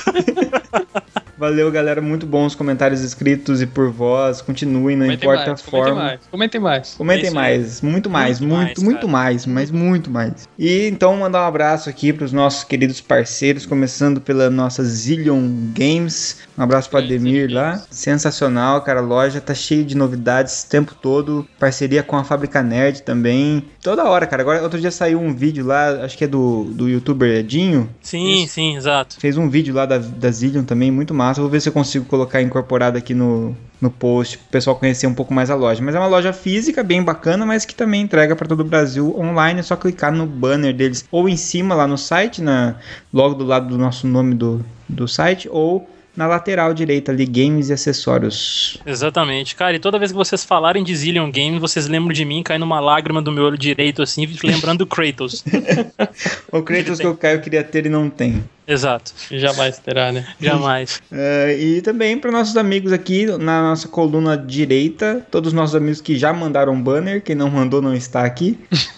Valeu, galera. Muito bons os comentários escritos e por voz. Continuem, não importa a forma. Comentem mais. Comentem mais. Muito mais. Muito mais. Mas muito mais. E então, mandar um abraço aqui para os nossos queridos parceiros, começando pela nossa Zillion Games. Um abraço para Ademir lá. Sensacional, cara. A loja tá cheia de novidades o tempo todo. Parceria com a Fábrica Nerd também. Toda hora, cara. Agora, outro dia saiu um vídeo lá, acho que é do youtuber Edinho. Sim, exato. Fez um vídeo lá da Zillion também, muito massa. massa. Vou ver se eu consigo colocar incorporado aqui no post, pro pessoal conhecer um pouco mais a loja. Mas é uma loja física, bem bacana, mas que também entrega para todo o Brasil online. É só clicar no banner deles, ou em cima lá no site, logo do lado do nosso nome do site, ou na lateral direita ali, games e acessórios. Exatamente. Cara, e toda vez que vocês falarem de Zillion Games, vocês lembram de mim, caindo uma lágrima do meu olho direito, assim, lembrando do Kratos. O Kratos que o Caio queria ter e não tem. Exato. Jamais terá, né? Jamais. E também para nossos amigos aqui na nossa coluna direita, todos os nossos amigos que já mandaram banner, quem não mandou não está aqui.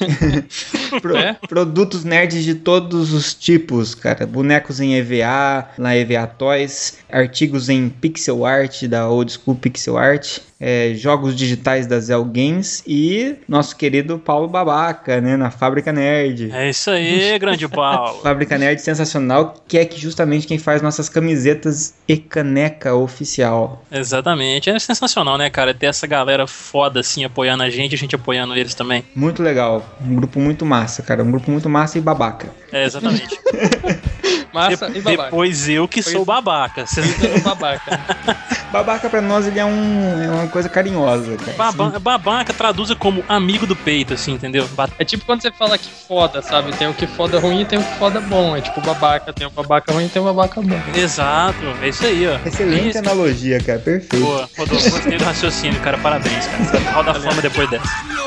Produtos nerds de todos os tipos, cara. Bonecos em EVA, na EVA Toys, artigos em pixel art, da Old School Pixel Art, jogos digitais da Zell Games e nosso querido Paulo Babaca, né, na Fábrica Nerd. É isso aí, grande Paulo. Fábrica Nerd sensacional, que é justamente quem faz nossas camisetas e caneca oficial. Exatamente, é sensacional, né, cara, ter essa galera foda assim apoiando a gente apoiando eles também. Muito legal, um grupo muito massa, cara, um grupo muito massa e babaca. Exatamente. Massa e babaca. Depois eu que sou babaca. Vocês são babaca. Babaca pra nós ele é uma coisa carinhosa, cara. Babaca traduza como amigo do peito, assim, entendeu? É tipo quando você fala que foda, sabe? Tem o que foda ruim e tem o que foda bom. É tipo babaca, tem um babaca ruim e tem um babaca bom. Exato, é isso aí, ó. Excelente analogia, cara, perfeito. Boa, Rodolfo, gostei do raciocínio, cara, parabéns, cara. Roda a fama depois dessa.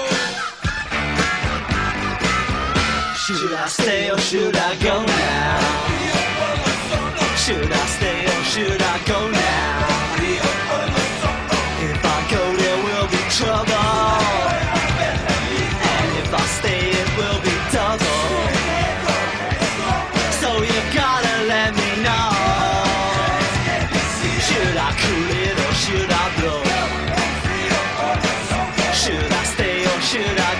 Should I stay or should I go now? Should I stay or should I go now? If I go there will be trouble, and if I stay it will be double. So you gotta let me know. Should I cool it or should I blow? Should I stay or should I